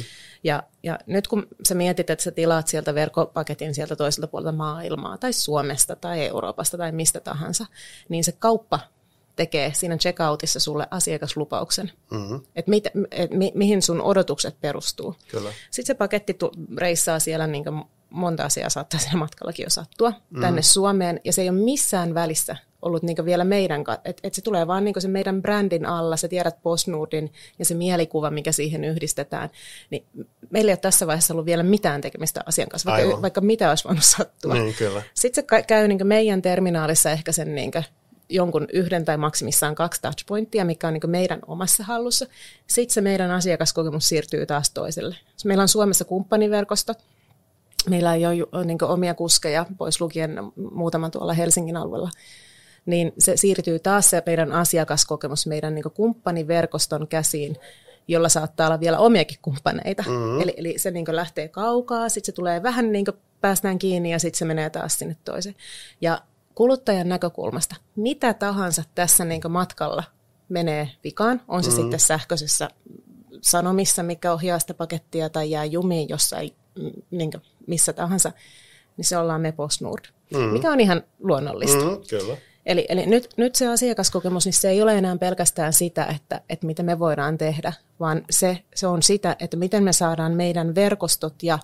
Ja nyt kun sä mietit, että sä tilaat sieltä verkkopaketin sieltä toiselta puolelta maailmaa tai Suomesta tai Euroopasta tai mistä tahansa, niin se kauppa tekee siinä checkoutissa sulle asiakaslupauksen, että mihin sun odotukset perustuu. Kyllä. Sitten se paketti reissaa siellä, niin monta asiaa saattaa siellä matkallakin jo sattua, tänne Suomeen, ja se ei ole missään välissä ollut niin vielä meidän, että se tulee vaan niin se meidän brändin alla, sä tiedät PostNordin ja se mielikuva, mikä siihen yhdistetään, niin meillä ei ole tässä vaiheessa ollut vielä mitään tekemistä asian kanssa, vaikka mitä olisi voinut sattua. Niin, kyllä. Sitten se käy niin meidän terminaalissa ehkä sen niin jonkun yhden tai maksimissaan 2 touchpointtia, mikä on niin meidän omassa hallussa. Sitten se meidän asiakaskokemus siirtyy taas toiselle. Meillä on Suomessa kumppaniverkosto. Meillä ei ole niin omia kuskeja, pois lukien muutama tuolla Helsingin alueella. Niin se siirtyy taas se meidän asiakaskokemus meidän niin kumppaniverkoston käsiin, jolla saattaa olla vielä omiakin kumppaneita. Eli se niin lähtee kaukaa, sitten se tulee vähän niin päästään kiinni ja sitten se menee taas sinne toiseen. Ja kuluttajan näkökulmasta, mitä tahansa tässä niin matkalla menee vikaan, on se sitten sähköisessä sanomissa, mikä ohjaa sitä pakettia tai jää jumiin jossain niin missä tahansa, niin se ollaan me PostNord, mikä on ihan luonnollista. Kyllä. Eli nyt se asiakaskokemus, niin se ei ole enää pelkästään sitä, että mitä me voidaan tehdä, vaan se on sitä, että miten me saadaan meidän verkostot ja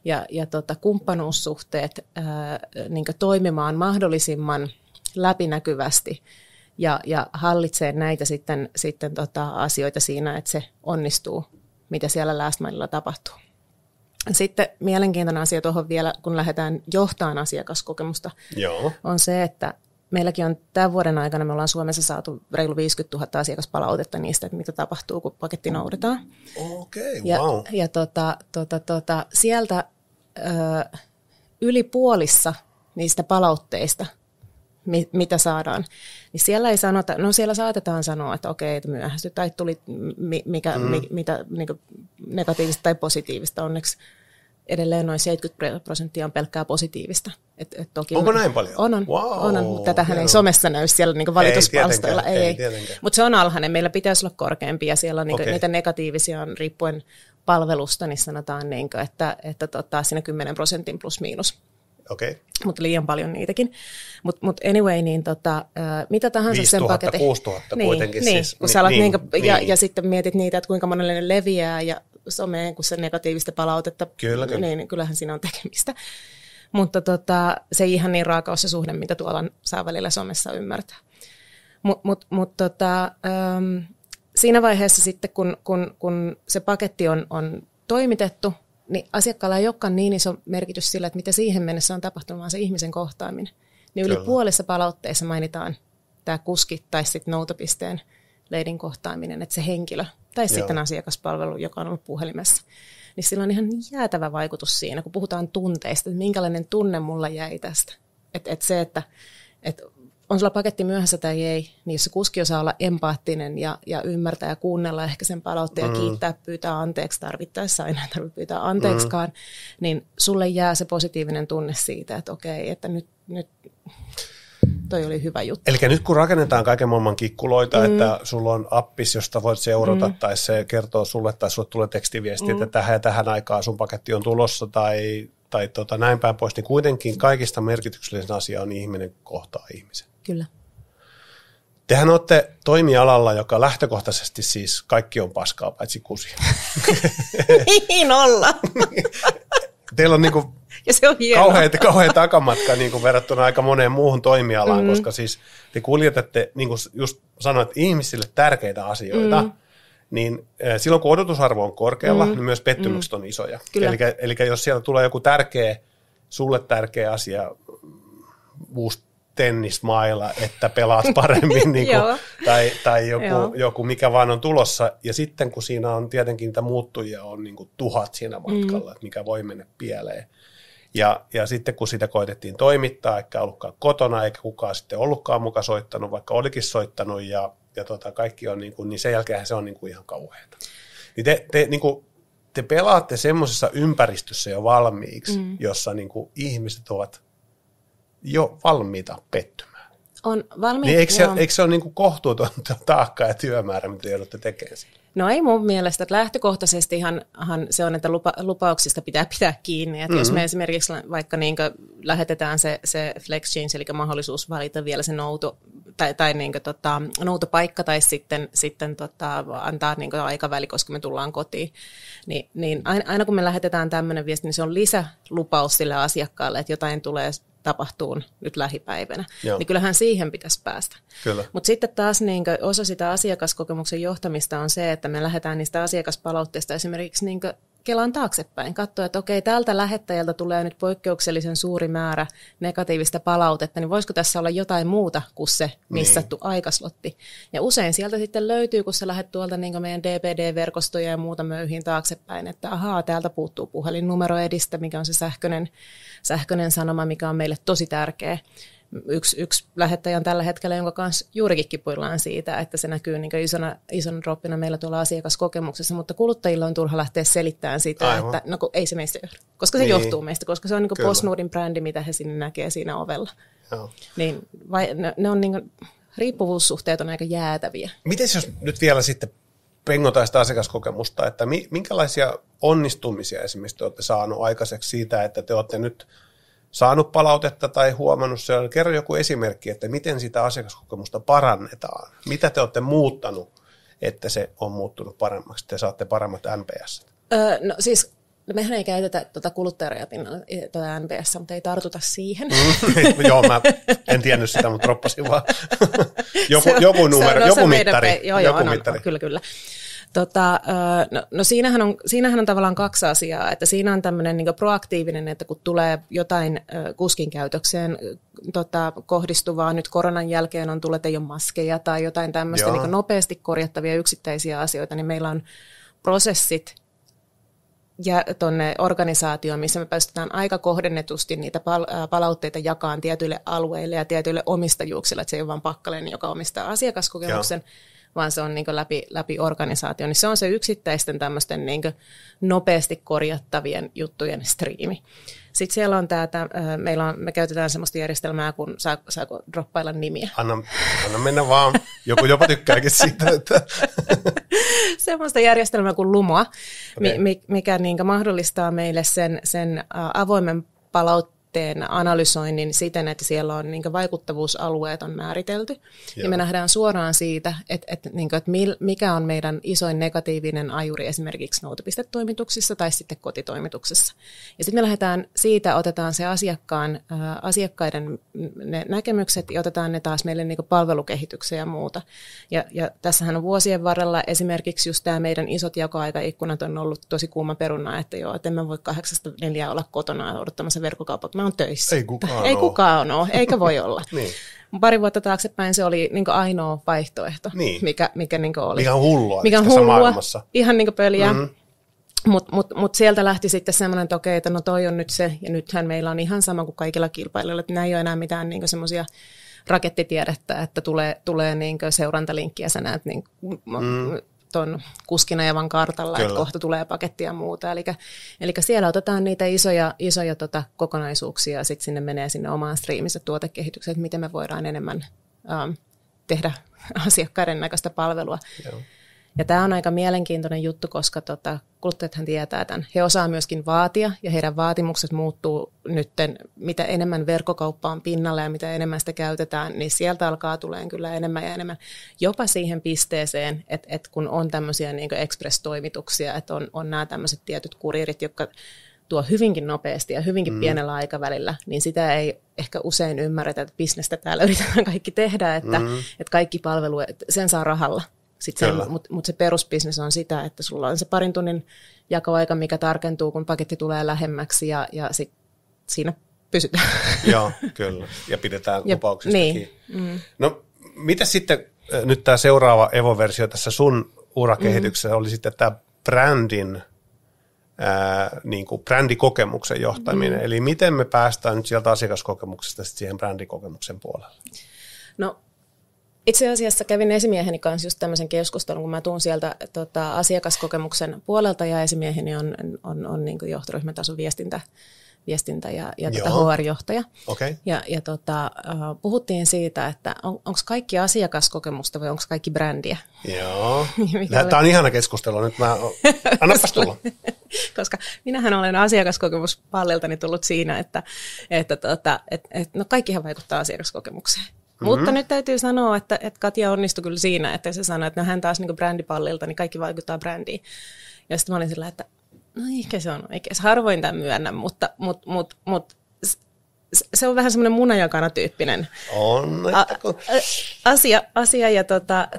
kumppanuussuhteet niin toimimaan mahdollisimman läpinäkyvästi ja hallitsee näitä sitten asioita siinä, että se onnistuu, mitä siellä last milella tapahtuu. Sitten mielenkiintoinen asia tuohon vielä, kun lähdetään johtamaan asiakaskokemusta, on se, että meilläkin on tämän vuoden aikana, me ollaan Suomessa saatu reilu 50 000 asiakaspalautetta niistä, että mitä tapahtuu, kun paketti noudetaan. Okei, wow. Ja sieltä yli puolissa niistä palautteista mitä saadaan, niin siellä ei sanota, no siellä saatetaan sanoa, että okei, että myöhästy tai tuli mitä niin negatiivista tai positiivista. Onneksi edelleen noin 70% on pelkkää positiivista. Toki onko näin paljon? On. Wow, on, mutta tätähän ei somessa näy siellä niin valituspalstoilla. Ei. Mutta se on alhainen. Meillä pitäisi olla korkeampi ja siellä on niitä negatiivisia on riippuen palvelusta, niin sanotaan, niin kuin, että siinä 10% plus miinus. Okay. Mutta liian paljon niitäkin. Mut anyway, niin mitä tahansa 5 sen 000, paketin. 6 000 kuitenkin. Niin, siis. kun sä alat ja sitten mietit niitä, että kuinka monelle ne leviää ja someen, kun se negatiivista palautetta, niin kyllähän siinä on tekemistä. Mutta se ei ihan niin raaka ole se suhde, mitä tuolla saa välillä somessa ymmärtää. Mutta siinä vaiheessa sitten, kun se paketti on toimitettu, niin asiakkaalla ei olekaan niin iso merkitys sillä, että mitä siihen mennessä on tapahtunut, vaan se ihmisen kohtaaminen. Niin yli puolessa palautteessa mainitaan tämä kuski tai sitten noutopisteen leidin kohtaaminen, että se henkilö tai sitten asiakaspalvelu, joka on ollut puhelimessa. Niin sillä on ihan jäätävä vaikutus siinä, kun puhutaan tunteista, että minkälainen tunne mulla jäi tästä. Että se, että on sulla paketti myöhässä tai ei, niin jos se kuski osaa olla empaattinen ja ymmärtää ja kuunnella ehkä sen palautteen ja kiittää, pyytää anteeksi tarvittaessa, aina ei tarvitse pyytää anteeksikaan, niin sulle jää se positiivinen tunne siitä, että okei, että nyt toi oli hyvä juttu. Eli nyt kun rakennetaan kaiken maailman kikkuloita, että sulla on appis, josta voit seurata, tai se kertoo sulle, tai sulle tulee tekstiviesti, että tähän ja tähän aikaan sun paketti on tulossa, tai näin päin pois, niin kuitenkin kaikista merkityksellisen asia on ihminen kohtaa ihmisen. Kyllä. Tehän olette toimialalla, joka lähtökohtaisesti siis kaikki on paskaa, paitsi kusi. Niin olla. Teillä on niinku kauhea takamatka niinku verrattuna aika moneen muuhun toimialaan, koska siis te kuljetatte, niin kuin just sanoit, ihmisille tärkeitä asioita, niin silloin kun odotusarvo on korkealla, niin myös pettymykset on isoja. Eli jos siellä tulee joku sulle tärkeä asia, uusi tennismaila, että pelaat paremmin, niin kuin, tai joku mikä vaan on tulossa, ja sitten kun siinä on tietenkin niitä muuttujia on niin kuin 1000 siinä matkalla, että mikä voi mennä pieleen. Ja sitten kun sitä koitettiin toimittaa, eikä ollutkaan kotona, eikä kukaan sitten ollutkaan muka soittanut, vaikka olikin soittanut, ja kaikki on, niin sen jälkeen se on niin kuin ihan kauheata. Niin te pelaatte semmoisessa ympäristössä jo valmiiksi, jossa niin kuin ihmiset ovat jo valmiita pettymään. On valmiita, niin eikö se ole niin kuin kohtuuton taakka ja työmäärä, mitä joudutte tekemään sillä? No ei mun mielestä, että lähtökohtaisestihan se on, että lupauksista pitää kiinni. Että jos me esimerkiksi vaikka niin lähetetään se flex change, eli mahdollisuus valita vielä se tai noutopaikka tai sitten antaa niin aikaväli, koska me tullaan kotiin, niin aina kun me lähetetään tämmöinen viesti, niin se on lisälupaus sille asiakkaalle, että jotain tulee tapahtuu nyt lähipäivänä. Niin kyllähän siihen pitäisi päästä. Mutta sitten taas niin osa sitä asiakaskokemuksen johtamista on se, että me lähdetään niistä asiakaspalautteista esimerkiksi niin kelaan taaksepäin. Katsoa, että okei, tältä lähettäjältä tulee nyt poikkeuksellisen suuri määrä negatiivista palautetta, niin voisiko tässä olla jotain muuta kuin se missattu aikaslotti. Ja usein sieltä sitten löytyy, kun sä lähdet tuolta niin meidän DPD-verkostoja ja muuta möyhiin taaksepäin, että ahaa, täältä puuttuu puhelinnumero edistä, mikä on se sähköinen sanoma, mikä on meille tosi tärkeä. Yksi lähettäjä on tällä hetkellä, jonka kanssa juurikin kipuillaan siitä, että se näkyy niin isona droppina meillä tuolla asiakaskokemuksessa, mutta kuluttajilla on turha lähteä selittämään sitä, että no ei se meistä johdu, koska se johtuu meistä, koska se on niin PostNordin brändi, mitä he sinne näkee siinä ovella. Niin, ne on niin riippuvuussuhteet on aika jäätäviä. Miten jos nyt vielä sitten pengotaan sitä asiakaskokemusta, että minkälaisia onnistumisia esimerkiksi te olette saaneet aikaiseksi siitä, että te olette nyt saanut palautetta tai huomannut se, kerro joku esimerkki, että miten sitä asiakaskokemusta parannetaan. Mitä te olette muuttanut, että se on muuttunut paremmaksi, te saatte paremmat NPS? No siis mehän ei käytetä kuluttajarajatin NPS, mutta ei tartuta siihen. Joo, mä en tiennyt sitä, mutta droppasin vaan. joku numero, joku mittari. Joo, kyllä. No siinähän on tavallaan kaksi asiaa, että siinä on tämmöinen niin proaktiivinen, että kun tulee jotain kuskin käytökseen kohdistuvaa, nyt koronan jälkeen on tullut, että ei ole maskeja tai jotain tämmöistä niin nopeasti korjattavia yksittäisiä asioita, niin meillä on prosessit tuonne organisaatioon, missä me pystytään aika kohdennetusti niitä palautteita jakamaan tietyille alueille ja tietyille omistajuuksille, että se ei ole vain Packalén, joka omistaa asiakaskokemuksen, vaan se on niin kuin läpi organisaatio, niin se on se yksittäisten tämmöisten niin kuin nopeasti korjattavien juttujen striimi. Sitten siellä on me käytetään semmoista järjestelmää, kun saako droppailla nimiä? Anna mennä vaan, joku jopa tykkääkin siitä. Että semmoista järjestelmää kuin Lumoa, mikä niin kuin mahdollistaa meille sen avoimen palautteen analysoinnin siten, että siellä on niin kuin vaikuttavuusalueet on määritelty. Ja me nähdään suoraan siitä, että mikä on meidän isoin negatiivinen ajuri esimerkiksi noutopistetoimituksissa tai sitten kotitoimituksessa. Ja sitten me lähdetään siitä, otetaan se asiakkaiden ne näkemykset ja otetaan ne taas meille niin kuin palvelukehitykseen ja muuta. Ja tässähän on vuosien varrella esimerkiksi just tämä meidän isot jakoaikaikkunat on ollut tosi kuuma peruna, että en mä voi 8-4 olla kotona odottamassa verkkokauppaa. Mä oon töissä. Ei kukaan ole, eikä voi olla. Niin. Pari vuotta taaksepäin se oli niin kuin ainoa vaihtoehto, mikä niin kuin oli. Mikä on hullua. Mikä on hullua, ihan niin kuin pöliä. Mm-hmm. Mutta sieltä lähti sitten semmoinen, että okei, että no toi on nyt se, ja nythän meillä on ihan sama kuin kaikilla kilpailijoilla, että nämä ei ole enää mitään niin kuin semmoisia rakettitiedettä, että tulee niin kuin seurantalinkki ja sä näet niin tuon kuskin ajavan kartalla, Kyllä. että kohta tulee paketti ja muuta. Eli siellä otetaan niitä isoja kokonaisuuksia ja sitten sinne menee sinne omaan striimissä tuotekehitykseen, että miten me voidaan enemmän tehdä asiakkaiden näköistä palvelua. Joo. Ja tämä on aika mielenkiintoinen juttu, koska kuluttajathan tietää tämän. He osaa myöskin vaatia ja heidän vaatimukset muuttuu nyt, mitä enemmän verkkokauppa on pinnalla ja mitä enemmän sitä käytetään, niin sieltä alkaa tulemaan kyllä enemmän ja enemmän. Jopa siihen pisteeseen, että kun on tämmöisiä niin kuin express-toimituksia, että on nämä tämmöiset tietyt kuriirit, jotka tuo hyvinkin nopeasti ja hyvinkin pienellä aikavälillä, niin sitä ei ehkä usein ymmärretä, että bisnestä täällä yritetään kaikki tehdä, että kaikki palvelu, sen saa rahalla. Mutta se perusbisnes on sitä, että sulla on se parin tunnin jakoaika, mikä tarkentuu, kun paketti tulee lähemmäksi ja sit siinä pysytään. Joo, kyllä. Ja pidetään lupauksista kiinni. No, mitä sitten nyt tämä seuraava Evo-versio tässä sun urakehityksessä oli sitten tämä brändikokemuksen johtaminen. Eli miten me päästään nyt sieltä asiakaskokemuksesta siihen brändikokemuksen puolelle? No, itse asiassa kävin esimieheni kanssa just tämmöisen keskustelun, kun mä tuun sieltä asiakaskokemuksen puolelta ja esimieheni on niin kuin johtoryhmätason viestintä ja HR-johtaja. Okay. Ja puhuttiin siitä, että onko kaikki asiakaskokemusta vai onko kaikki brändiä? Joo. Tämä on ihana keskustelu. Nyt annapas tulla. Koska minähän olen asiakaskokemuspalliltani tullut siinä, että no kaikkihan vaikuttaa asiakaskokemukseen. Mutta nyt täytyy sanoa, että Katja onnistui kyllä siinä, että se sanoi, että no hän taas niin kuin brändipallilta, niin kaikki vaikuttaa brändiin. Ja sitten mä olin sillä, että no eikä se on oikein, harvoin tämän myönnä, mutta se on vähän semmoinen munajakana tyyppinen asia ja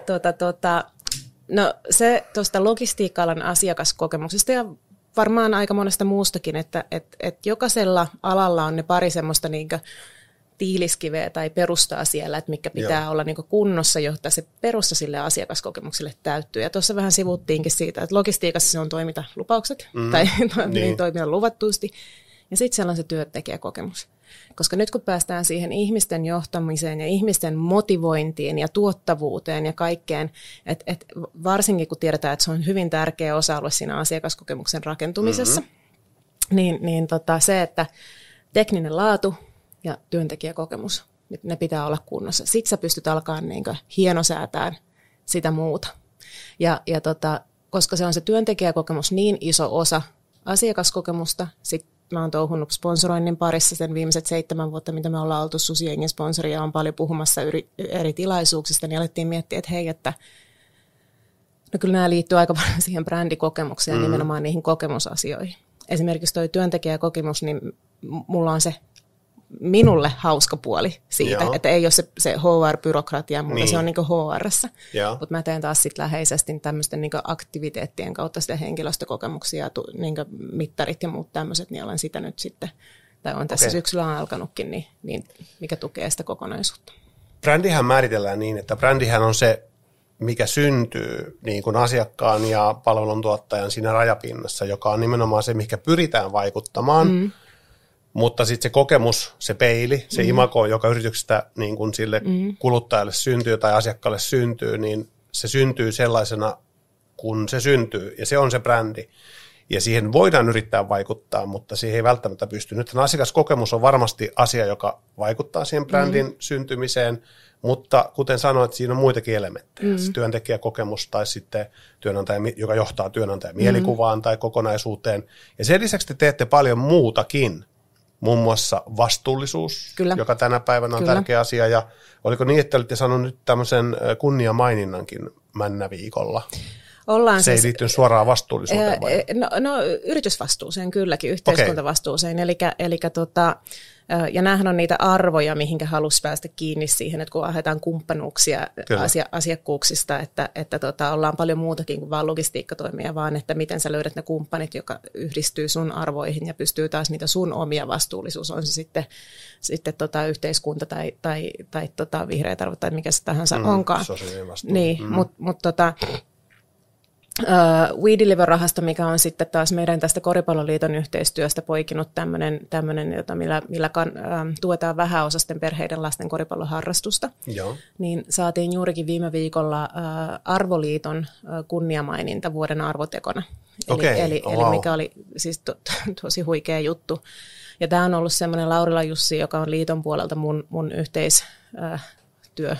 no se tuosta logistiikka-alan asiakaskokemuksesta ja varmaan aika monesta muustakin, että jokaisella alalla on ne pari semmoista niinkö tiiliskiveä tai perustaa siellä, että mikä pitää olla niin kunnossa, jotta se perusta sille asiakaskokemukselle täyttyy. Ja tuossa vähän sivuttiinkin siitä, että logistiikassa se on toimintalupaukset tai toimia luvattuusti. Ja sitten siellä on se työntekijäkokemus. Koska nyt kun päästään siihen ihmisten johtamiseen ja ihmisten motivointiin ja tuottavuuteen ja kaikkeen, että varsinkin kun tiedetään, että se on hyvin tärkeä osa-alue siinä asiakaskokemuksen rakentumisessa, niin se, että tekninen laatu ja työntekijäkokemus, ne pitää olla kunnossa. Sitten sä pystyt alkaa hienosäätään sitä muuta. Ja koska se on se työntekijäkokemus niin iso osa asiakaskokemusta, sitten mä oon touhunut sponsoroinnin parissa sen viimeiset 7 vuotta, mitä me ollaan oltu Susiengin sponsori ja on paljon puhumassa eri tilaisuuksista, niin alettiin miettiä, että hei, että no kyllä nämä liittyy aika paljon siihen brändikokemukseen ja nimenomaan niihin kokemusasioihin. Esimerkiksi toi työntekijäkokemus, niin mulla on se minulle hauska puoli siitä, että ei ole se HR-byrokratia, mutta se on niin kuin HR-ssä. Mutta mä teen taas sit läheisesti tämmöisten niin kuin aktiviteettien kautta sitä henkilöstökokemuksia, niin kuin mittarit ja muut tämmöiset, niin olen sitä nyt sitten, tai on tässä syksyllä alkanutkin, niin mikä tukee sitä kokonaisuutta. Brändihän määritellään niin, että brändihän on se mikä syntyy niin kuin asiakkaan ja palveluntuottajan siinä rajapinnassa, joka on nimenomaan se, mikä pyritään vaikuttamaan, mutta sitten se kokemus, se peili, se imago, joka yrityksestä niin kuin sille kuluttajalle syntyy tai asiakkaalle syntyy, niin se syntyy sellaisena, kun se syntyy, ja se on se brändi. Ja siihen voidaan yrittää vaikuttaa, mutta siihen ei välttämättä pysty. Nyt asiakaskokemus on varmasti asia, joka vaikuttaa siihen brändin syntymiseen, mutta kuten sanoit, siinä on muitakin elementtejä. Työntekijäkokemus tai sitten työnantaja, joka johtaa työnantajan mielikuvaan tai kokonaisuuteen. Ja sen lisäksi te teette paljon muutakin, muun muassa vastuullisuus, joka tänä päivänä on tärkeä asia. Ja oliko niin, että olitte sanonut nyt tämmöisen kunniamaininnankin Männä-viikolla? Se ei liittynyt suoraan vastuullisuuteen vai? No yritysvastuuseen kylläkin, yhteiskuntavastuuseen. Ja näähän on niitä arvoja, mihinkä halusi päästä kiinni siihen, että kun haetaan kumppanuuksia asiakkuuksista, että ollaan paljon muutakin kuin vain logistiikkatoimia, vaan että miten sä löydät ne kumppanit, joka yhdistyy sun arvoihin ja pystyy taas niitä sun omia vastuullisuus, on se sitten yhteiskunta tai vihreät arvot tai mikä se tahansa onkaan. Sosiaalinen vastuu. Niin, mutta We Deliver-rahasto, mikä on sitten taas meidän tästä Koripalloliiton yhteistyöstä poikinut tämmöinen millä tuetaan vähäosaisten perheiden lasten koripalloharrastusta. Joo. Niin saatiin juurikin viime viikolla Arvoliiton kunniamaininta vuoden arvotekona. Eli mikä oli siis tosi huikea juttu. Ja tämä on ollut semmoinen Laurila Jussi, joka on liiton puolelta mun yhteistyö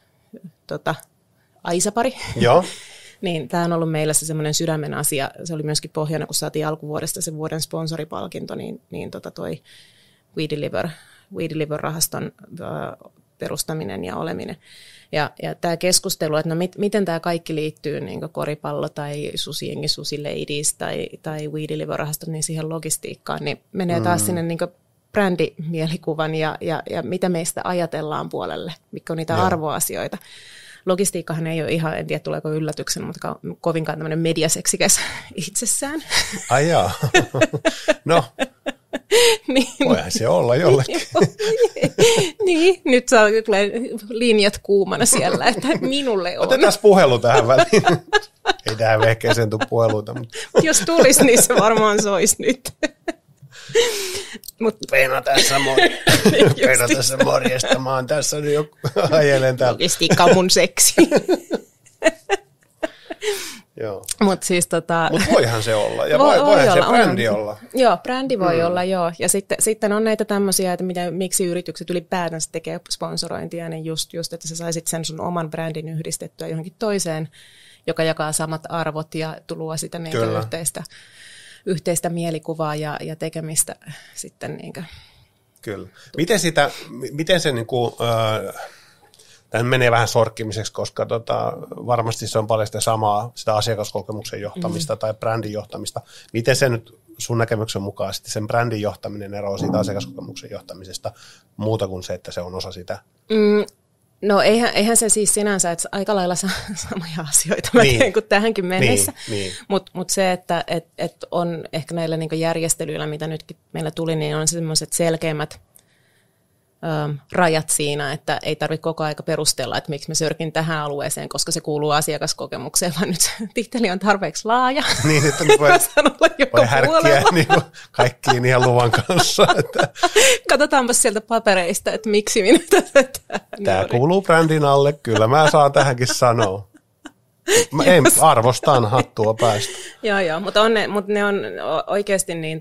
aisapari. Joo. Niin, tämä on ollut meillä se semmoinen sydämen asia. Se oli myöskin pohjana, kun saatiin alkuvuodesta se vuoden sponsoripalkinto, niin toi We Deliver-rahaston perustaminen ja oleminen. Ja tämä keskustelu, että no miten tämä kaikki liittyy, niin kuin koripallo tai susijengi, susiladies tai We Deliver-rahaston, niin siihen logistiikkaan, niin menee taas sinne niin kuin brändimielikuvan ja mitä meistä ajatellaan puolelle, mitkä on niitä arvoasioita. Logistiikkahan ei ole ihan, en tiedä tuleeko yllätyksen, mutta kovinkaan tämmöinen mediaseksikäs itsessään. Ai jaa. No, niin. Voihan se olla jollekin. Niin, nyt tulee linjat kuumana siellä, että minulle on. Otetaan puhelu tähän väliin. Ei tähän vehkeeseen tule puheluita. Mutta. Jos tulisi, niin se varmaan soisi nyt. Peina tässä morjesta. Mä oon tässä nyt jo ajelen täällä. Logistiikka on mun seksi. Joo. Mutta siis Mut voihan se olla. Ja voihan se brändi olla. Joo, brändi voi olla, joo. Ja sitten on näitä tämmöisiä, että miksi yritykset ylipäätänsä tekee sponsorointia, niin just, että sä saisit sen sun oman brändin yhdistettyä johonkin toiseen, joka jakaa samat arvot ja luo sitä yhteistä mielikuvaa ja tekemistä sitten niinkö. Kyllä. Miten se niinku, tämä menee vähän sorkkimiseksi, koska varmasti se on paljon sitä samaa, sitä asiakaskokemuksen johtamista tai brändin johtamista. Miten se nyt sun näkemyksen mukaan sitten sen brändin johtaminen eroaa siitä asiakaskokemuksen johtamisesta muuta kuin se, että se on osa sitä? No eihän se siis sinänsä, että aika lailla samoja asioita mä teen kuin tähänkin mennessä, mutta se, että on ehkä näillä niin järjestelyillä, mitä nytkin meillä tuli, niin on sellaiset selkeimmät rajat siinä, että ei tarvitse koko aika perustella, että miksi mä sörkin tähän alueeseen, koska se kuuluu asiakaskokemukseen, vaan nyt se titteli on tarpeeksi laaja. Niin, että voi härkkiä niin kaikkiin ihan luvan kanssa. Että. Katsotaanpa sieltä papereista, että miksi minä tätä. Tämä kuuluu brändin alle, kyllä mä saan tähänkin sanoa. Ei, arvostan hattua päästä. Joo, mutta ne on oikeasti niin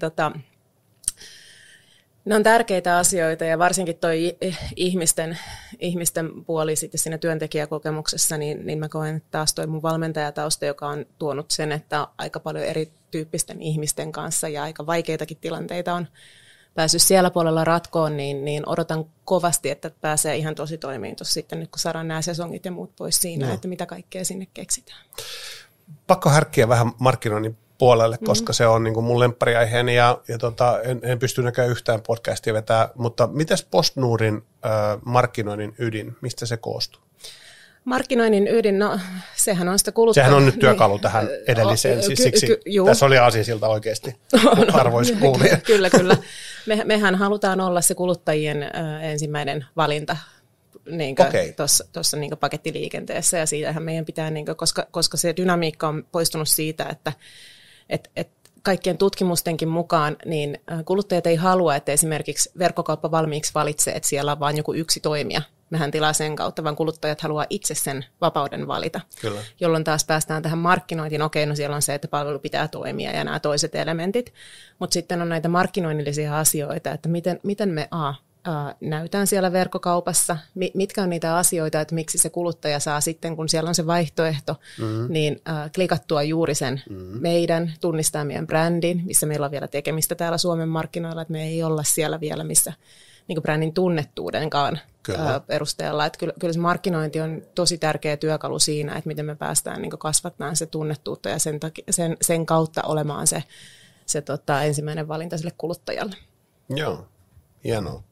ne on tärkeitä asioita ja varsinkin toi ihmisten puoli sitten siinä työntekijäkokemuksessa, niin mä koen, että taas toi mun valmentajatausta, joka on tuonut sen, että aika paljon erityyppisten ihmisten kanssa ja aika vaikeitakin tilanteita on päässyt siellä puolella ratkoon, niin odotan kovasti, että pääsee ihan tosi toimiin tuossa sitten nyt, kun saadaan nämä sesongit ja muut pois siinä, että mitä kaikkea sinne keksitään. Pakko härkkiä vähän markkinoinnin puolelle, koska se on niin kuin mun lemppariaiheeni ja en pysty näkään yhtään podcastia vetää, mutta mitäs PostNordin markkinoinnin ydin, mistä se koostuu? Markkinoinnin ydin, no sehän on sitä Sehän on nyt työkalu tähän edelliseen, siis siksi tässä oli aasinsilta oikeasti arvoisa kuulija. Kyllä. Mehän halutaan olla se kuluttajien ensimmäinen valinta tuossa niin pakettiliikenteessä, ja siitähän meidän pitää, niin kuin, koska se dynamiikka on poistunut siitä, että kaikkien tutkimustenkin mukaan niin kuluttajat ei halua, että esimerkiksi verkkokauppa valmiiksi valitsee, että siellä on vain joku yksi toimija. Mehän tilaa sen kautta, vaan kuluttajat haluaa itse sen vapauden valita. Kyllä. Jolloin taas päästään tähän markkinointiin. Okei, no siellä on se, että palvelu pitää toimia ja nämä toiset elementit. Mutta sitten on näitä markkinoinnillisia asioita, että miten me näytään siellä verkkokaupassa, mitkä on niitä asioita, että miksi se kuluttaja saa sitten, kun siellä on se vaihtoehto, niin klikattua juuri sen meidän, tunnistaa meidän brändin, missä meillä on vielä tekemistä täällä Suomen markkinoilla, että me ei olla siellä vielä, missä niin brändin tunnettuudenkaan perusteella. Että kyllä se markkinointi on tosi tärkeä työkalu siinä, että miten me päästään niin kasvattamaan se tunnettuutta ja sen kautta olemaan se ensimmäinen valinta sille kuluttajalle. Joo, hienoa.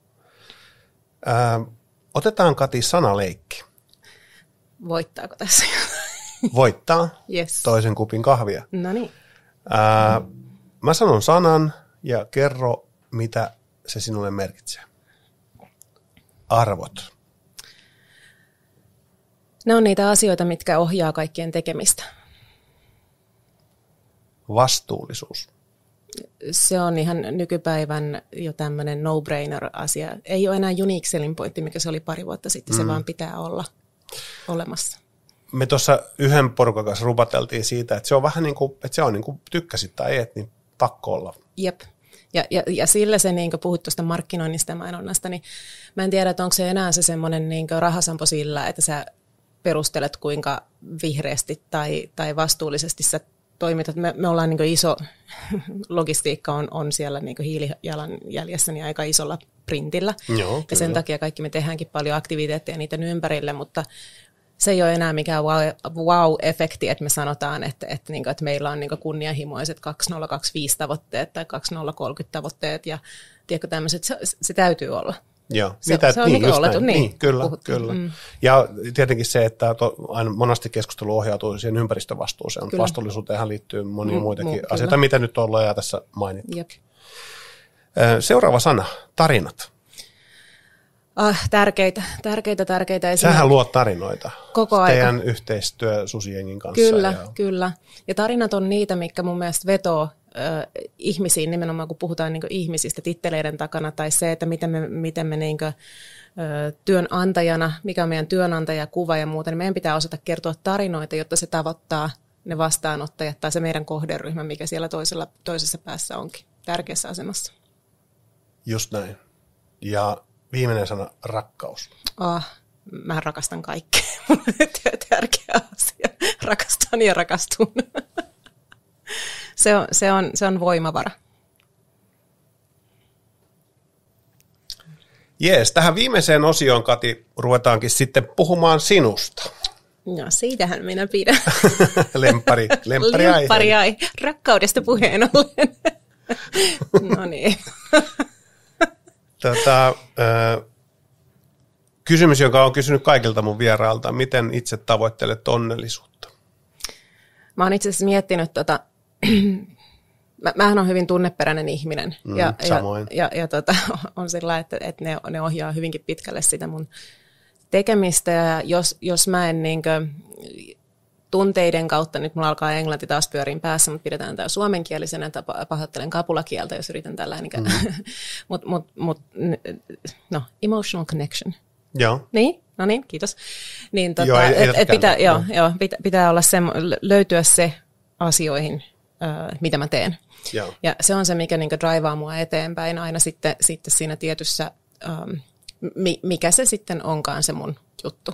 Otetaan, Kati, sanaleikki. Voittaako tässä? Voittaa. Yes. Toisen kupin kahvia. No niin. Mä sanon sanan ja kerro, mitä se sinulle merkitsee. Arvot. Ne on niitä asioita, mitkä ohjaa kaikkien tekemistä. Vastuullisuus. Se on ihan nykypäivän jo tämmöinen no-brainer-asia. Ei ole enää unique selling pointti, mikä se oli pari vuotta sitten, se vaan pitää olla olemassa. Me tuossa yhden porukan kanssa rupateltiin siitä, että se on vähän niin kuin, että se on niin kuin tykkäsit tai et, niin pakko olla. Jep. Ja sillä se, niin kuin puhut tuosta markkinoinnista ja mainonnasta, niin mä en tiedä, että onko se enää se semmoinen niin kuin rahasampo sillä, että sä perustelet kuinka vihreästi tai vastuullisesti sä toimitat. Me ollaan niin iso, logistiikka on siellä niin hiilijalanjäljessä niin aika isolla printillä. Joo, ja sen takia kaikki me tehdäänkin paljon aktiviteetteja niiden ympärille, mutta se ei ole enää mikään wow-efekti, että me sanotaan, että meillä on niin kunnianhimoiset 2025 tavoitteet tai 2030 tavoitteet ja tiedätkö tämmöiset, se täytyy olla. Joo, se on niin olettu, niin, kyllä. Ja tietenkin se, että aina monasti keskustelu ohjautuu siihen ympäristövastuuseen. Vastuullisuuteenhan liittyy monia muitakin asioita, mitä nyt ollaan ja tässä mainittu. Seuraava sana, tarinat. Tärkeitä. Sähän luot tarinoita. Koko aika. Teidän yhteistyö Susijengin kanssa. Kyllä. Ja tarinat on niitä, mitkä mun mielestä vetoo ihmisiin, nimenomaan kun puhutaan niin ihmisistä titteleiden takana, tai se, että miten me niin työnantajana, mikä on meidän työnantajakuva ja muuta, niin meidän pitää osata kertoa tarinoita, jotta se tavoittaa ne vastaanottajat tai se meidän kohderyhmä, mikä siellä toisessa päässä onkin tärkeässä asemassa. Just näin. Ja viimeinen sana, rakkaus. Mä rakastan kaikkea. Tärkeä asia. Rakastan ja rakastun. Se on voimavara. Jees, tähän viimeiseen osioon, Kati, ruvetaankin sitten puhumaan sinusta. No, siitähän minä pidän. Lemppari aihe. Rakkaudesta puheen ollen. No niin. Kysymys, jonka olen kysynyt kaikilta mun vierailta, miten itse tavoittelet onnellisuutta? Mä oon itse asiassa miettinyt, mähän on hyvin tunneperäinen ihminen. Samoin. Ja on sillä, että ne ohjaa hyvinkin pitkälle sitä mun tekemistä. Ja jos mä en tunteiden kautta, nyt mulla alkaa englanti taas pyöriin päässä, mutta pidetään tämä suomenkielisenä, että pahoittelen kapulakieltä, jos yritän tällainen. No, emotional connection. Joo. Niin? No niin, kiitos. Niin, pitää olla löytyä se asioihin, mitä mä teen. Joo. Ja se on se, mikä draivaa mua eteenpäin aina sitten siinä tietyssä, mikä se sitten onkaan se mun juttu.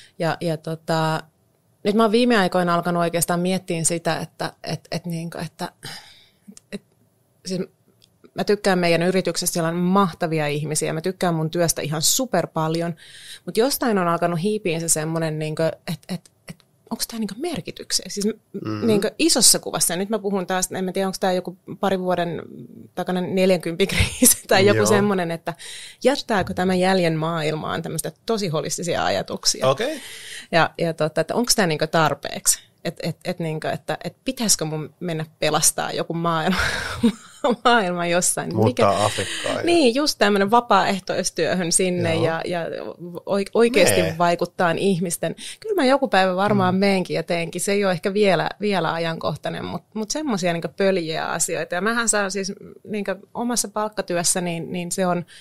Nyt mä oon viime aikoina alkanut oikeastaan miettiä sitä, että siis mä tykkään meidän yrityksessä, siellä on mahtavia ihmisiä, mä tykkään mun työstä ihan super paljon, mutta jostain on alkanut hiipiä se semmoinen, että onko tämä merkityksiä? Siis isossa kuvassa, ja nyt mä puhun taas, en tiedä, onko tämä joku pari vuoden takainen 40 kriisi tai joku semmoinen, että jättääkö tämä jäljen maailmaan tämmöistä tosi holistisia ajatuksia. Okay. Ja että onko tämä tarpeeksi? Että pitäisikö mun mennä pelastaa joku maailma jossain. Muuttaa Afrikkaan. Niin, just tämmöinen vapaaehtoistyöhön sinne ja oikeasti vaikuttaa ihmisten. Kyllä mä joku päivä varmaan meenkin ja teenkin. Se ei ole ehkä vielä ajankohtainen, mutta semmoisia niin pöljiä asioita. Ja mähän saan siis niin omassa palkkatyössä, niin se on,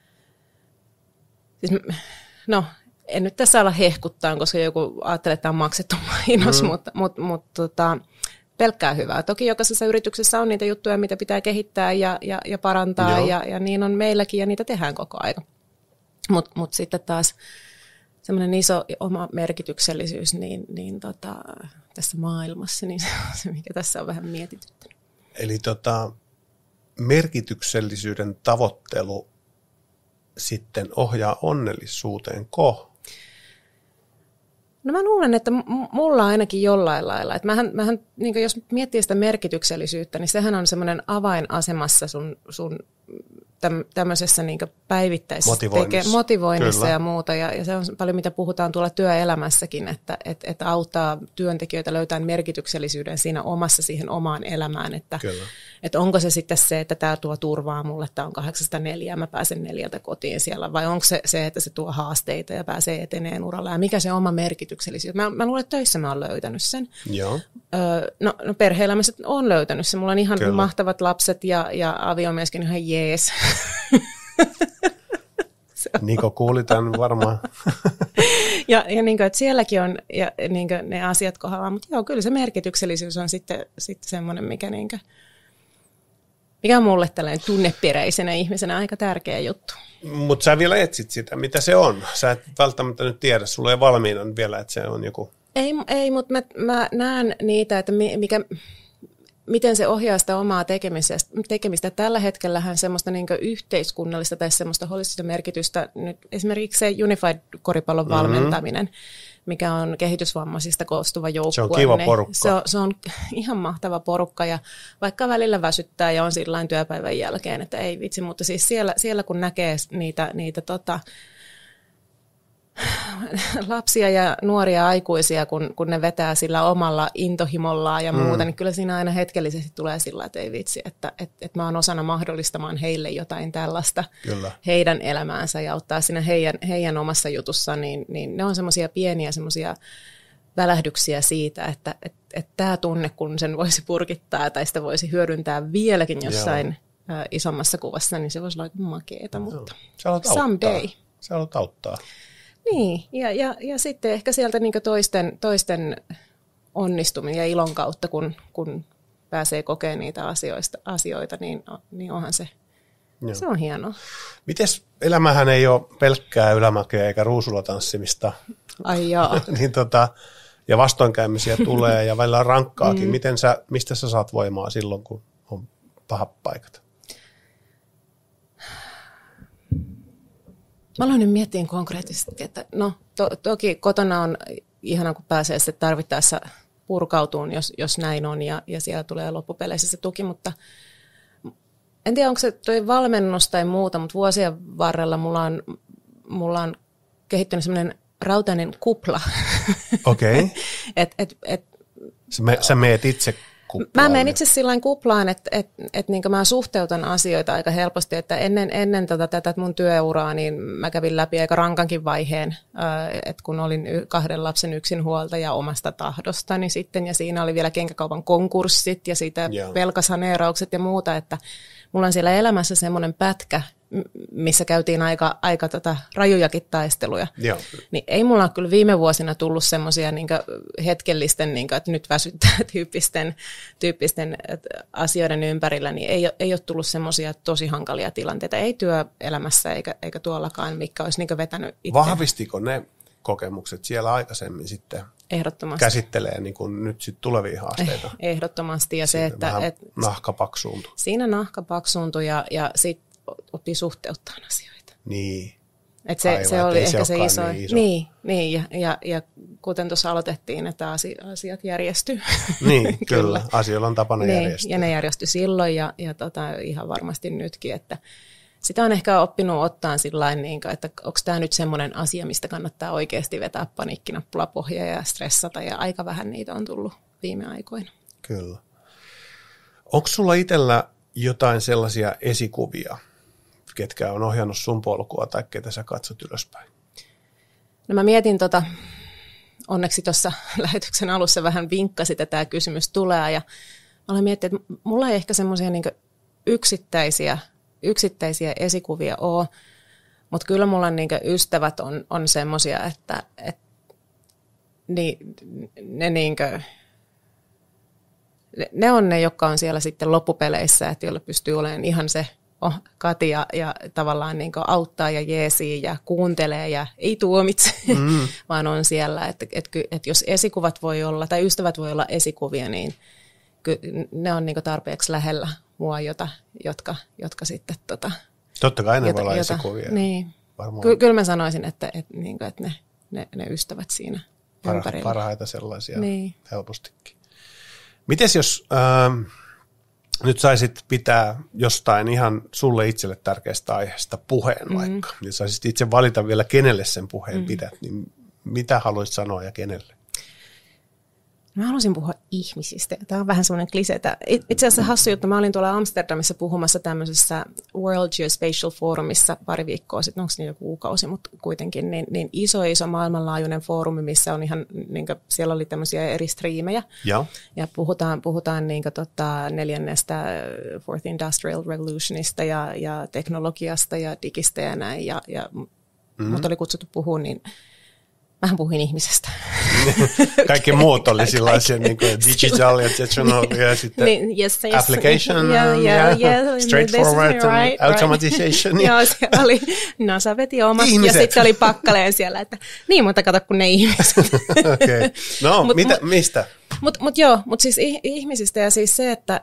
siis, no en nyt tässä olla hehkuttaa, koska joku ajattelee, että tämä on maksettu mainos, mutta pelkkää hyvää. Toki jokaisessa yrityksessä on niitä juttuja, mitä pitää kehittää ja parantaa, ja niin on meilläkin, ja niitä tehdään koko ajan. Mutta sitten taas semmoinen iso oma merkityksellisyys niin tässä maailmassa, niin se on se, mikä tässä on vähän mietityttänyt. Eli merkityksellisyyden tavoittelu sitten ohjaa onnellisuuteenko? No mä luulen, että mulla ainakin jollain lailla. Että mähän niin jos miettii sitä merkityksellisyyttä, niin sehän on semmoinen avainasemassa sun tämmöisessä niin päivittäisessä motivoinnissa ja muuta. Ja se on paljon, mitä puhutaan tuolla työelämässäkin, että auttaa työntekijöitä löytämään merkityksellisyyden siinä omassa siihen omaan elämään. Että onko se sitten se, että tämä tuo turvaa mulle, että on 8-4 ja mä pääsen 4 kotiin siellä, vai onko se, että se tuo haasteita ja pääsee eteneen uralla, ja mikä se oma merkityksellisyys. Mä luulen, että töissä mä oon löytänyt sen. Joo. No perhe-elämässä on löytänyt sen. Mulla on ihan mahtavat lapset ja aviomieskin ihan jees. Niko kuuli tämän varmaan. ja niin kuin, että sielläkin on ja niin kuin ne asiat kohdallaan, mutta joo, kyllä se merkityksellisyys on sitten semmoinen, mikä on mulle tällainen tunneperäisenä ihmisenä aika tärkeä juttu. Mutta sä vielä etsit sitä, mitä se on. Sä et välttämättä nyt tiedä, sulla ei valmiina vielä, että se on joku. Ei, mutta mä näen niitä, että miten se ohjaa sitä omaa tekemistä. Tällä hetkellähän semmoista niin yhteiskunnallista tai semmoista holistista merkitystä, nyt esimerkiksi se Unified-koripallon valmentaminen, mikä on kehitysvammaisista koostuva joukkue. Se on kiva porukka. Se on ihan mahtava porukka, ja vaikka välillä väsyttää ja on sillain työpäivän jälkeen, että ei vitsi, mutta siis siellä kun näkee niitä lapsia ja nuoria aikuisia, kun ne vetää sillä omalla intohimollaan ja muuta, niin kyllä siinä aina hetkellisesti tulee sillä, että ei vitsi, että mä oon osana mahdollistamaan heille jotain tällaista heidän elämäänsä ja auttaa siinä heidän omassa jutussaan, niin ne on semmoisia pieniä semmoisia välähdyksiä siitä, että tämä tunne, kun sen voisi purkittaa tai sitä voisi hyödyntää vieläkin jossain isommassa kuvassa, niin se voisi olla aika makeeta, mutta someday. Sä haluat auttaa. Niin, ja sitten ehkä sieltä niin toisten onnistuminen ja ilon kautta, kun pääsee kokemaan niitä asioita, niin onhan se on hienoa. Mites elämähän ei ole pelkkää ylämäkeä eikä ruusulla tanssimista. Ai joo. Niin ja vastoinkäymisiä tulee ja välillä on rankkaakin. Mistä sä saat voimaa silloin, kun on pahat paikat? Mä aloin nyt miettiä konkreettisesti, että no toki kotona on ihana, kun pääsee sitten tarvittaessa purkautuun, jos näin on, ja siellä tulee loppupeleissä se tuki, mutta en tiedä, onko se toi valmennus tai muuta, mutta vuosien varrella mulla on kehittynyt semmoinen rautainen kupla. Okei. Sä meet itse kuplaan. Mä menen itse sillain kuplaan, että niin mä suhteutan asioita aika helposti, että ennen tätä mun työuraa, niin mä kävin läpi aika rankankin vaiheen, että kun olin 2 lapsen yksinhuoltaja omasta tahdostani sitten, ja siinä oli vielä kenkäkaupan konkurssit ja siitä velkasaneeraukset ja muuta, että mulla on siellä elämässä semmoinen pätkä, missä käytiin aika rajujakin taisteluja. Joo. Niin ei mulla ole kyllä viime vuosina tullut semmoisia hetkellisten, että nyt väsyttää tyyppisten asioiden ympärillä, niin ei ole tullut semmoisia tosi hankalia tilanteita. Ei työelämässä eikä tuollakaan, mikä olisi vetänyt itse. Vahvistiko ne kokemukset siellä aikaisemmin sitten? Ehdottomasti. Käsittelee niin kuin nyt sitten tulevia haasteita? Ehdottomasti. Ja se, että nahka paksuuntui. Siinä nahka paksuuntui ja sitten oppii suhteuttaa asioita. Niin. Se oli ehkä se iso. Niin ja kuten tuossa aloitettiin, että asiat järjestyy. Niin, kyllä. Asioilla on tapana järjestyä. Ja ne järjestyi silloin ja ihan varmasti nytkin, että sitä on ehkä oppinut ottaa sillain, että onko tämä nyt semmoinen asia, mistä kannattaa oikeasti vetää paniikkinappula pohjaa ja stressata, ja aika vähän niitä on tullut viime aikoina. Kyllä. Onko sulla itsellä jotain sellaisia esikuvia, ketkä on ohjannut sun polkua tai ketä sä katsot ylöspäin? No mä mietin onneksi tuossa lähetyksen alussa vähän vinkkasit, että tämä kysymys tulee, ja mä olen miettinyt, että mulla ei ehkä semmoisia niin yksittäisiä esikuvia ole, mutta kyllä mulla niin ystävät on semmoisia, että ne on ne, jotka on siellä sitten loppupeleissä, että joilla pystyy olemaan ihan se Kati ja tavallaan niin auttaa ja jeesii ja kuuntelee ja ei tuomitse, vaan on siellä, että jos esikuvat voi olla tai ystävät voi olla esikuvia, niin ne on niin tarpeeksi lähellä mua, jotka sitten totta kai ne voi olla esikuvia. Niin. Kyllä mä sanoisin, että ne ystävät siinä ympärillä. Parhaita sellaisia helpostikin. Mites jos nyt saisit pitää jostain ihan sulle itselle tärkeästä aiheesta puheen vaikka, niin saisit itse valita vielä kenelle sen puheen pidät, niin mitä haluaisit sanoa ja kenelle? Mä haluaisin puhua ihmisistä. Tämä on vähän semmoinen kliseetä. Itse asiassa hassu juttu. Mä olin tuolla Amsterdamissa puhumassa tämmöisessä World Geospatial Forumissa pari viikkoa sitten, onko se joku kuukausi, mutta kuitenkin niin iso maailmanlaajuinen foorumi, missä on ihan, niin kuin, siellä oli tämmöisiä eri striimejä. Ja puhutaan niin kuin, 4. Fourth Industrial Revolutionista ja teknologiasta ja digistä ja näin. Mut oli kutsuttu puhua, niin mähän puhuin ihmisestä. Kaikki muut oli sellaisia niin kuin digital ja technology ja sitten application, straightforward and automatization. Joo, siellä oli NASA veti omat ihmiset. Ja sitten oli pakkaleen siellä, että niin, mutta kato kun ne ihmiset. Okay. No, mistä? Mutta siis ihmisistä ja siis se, että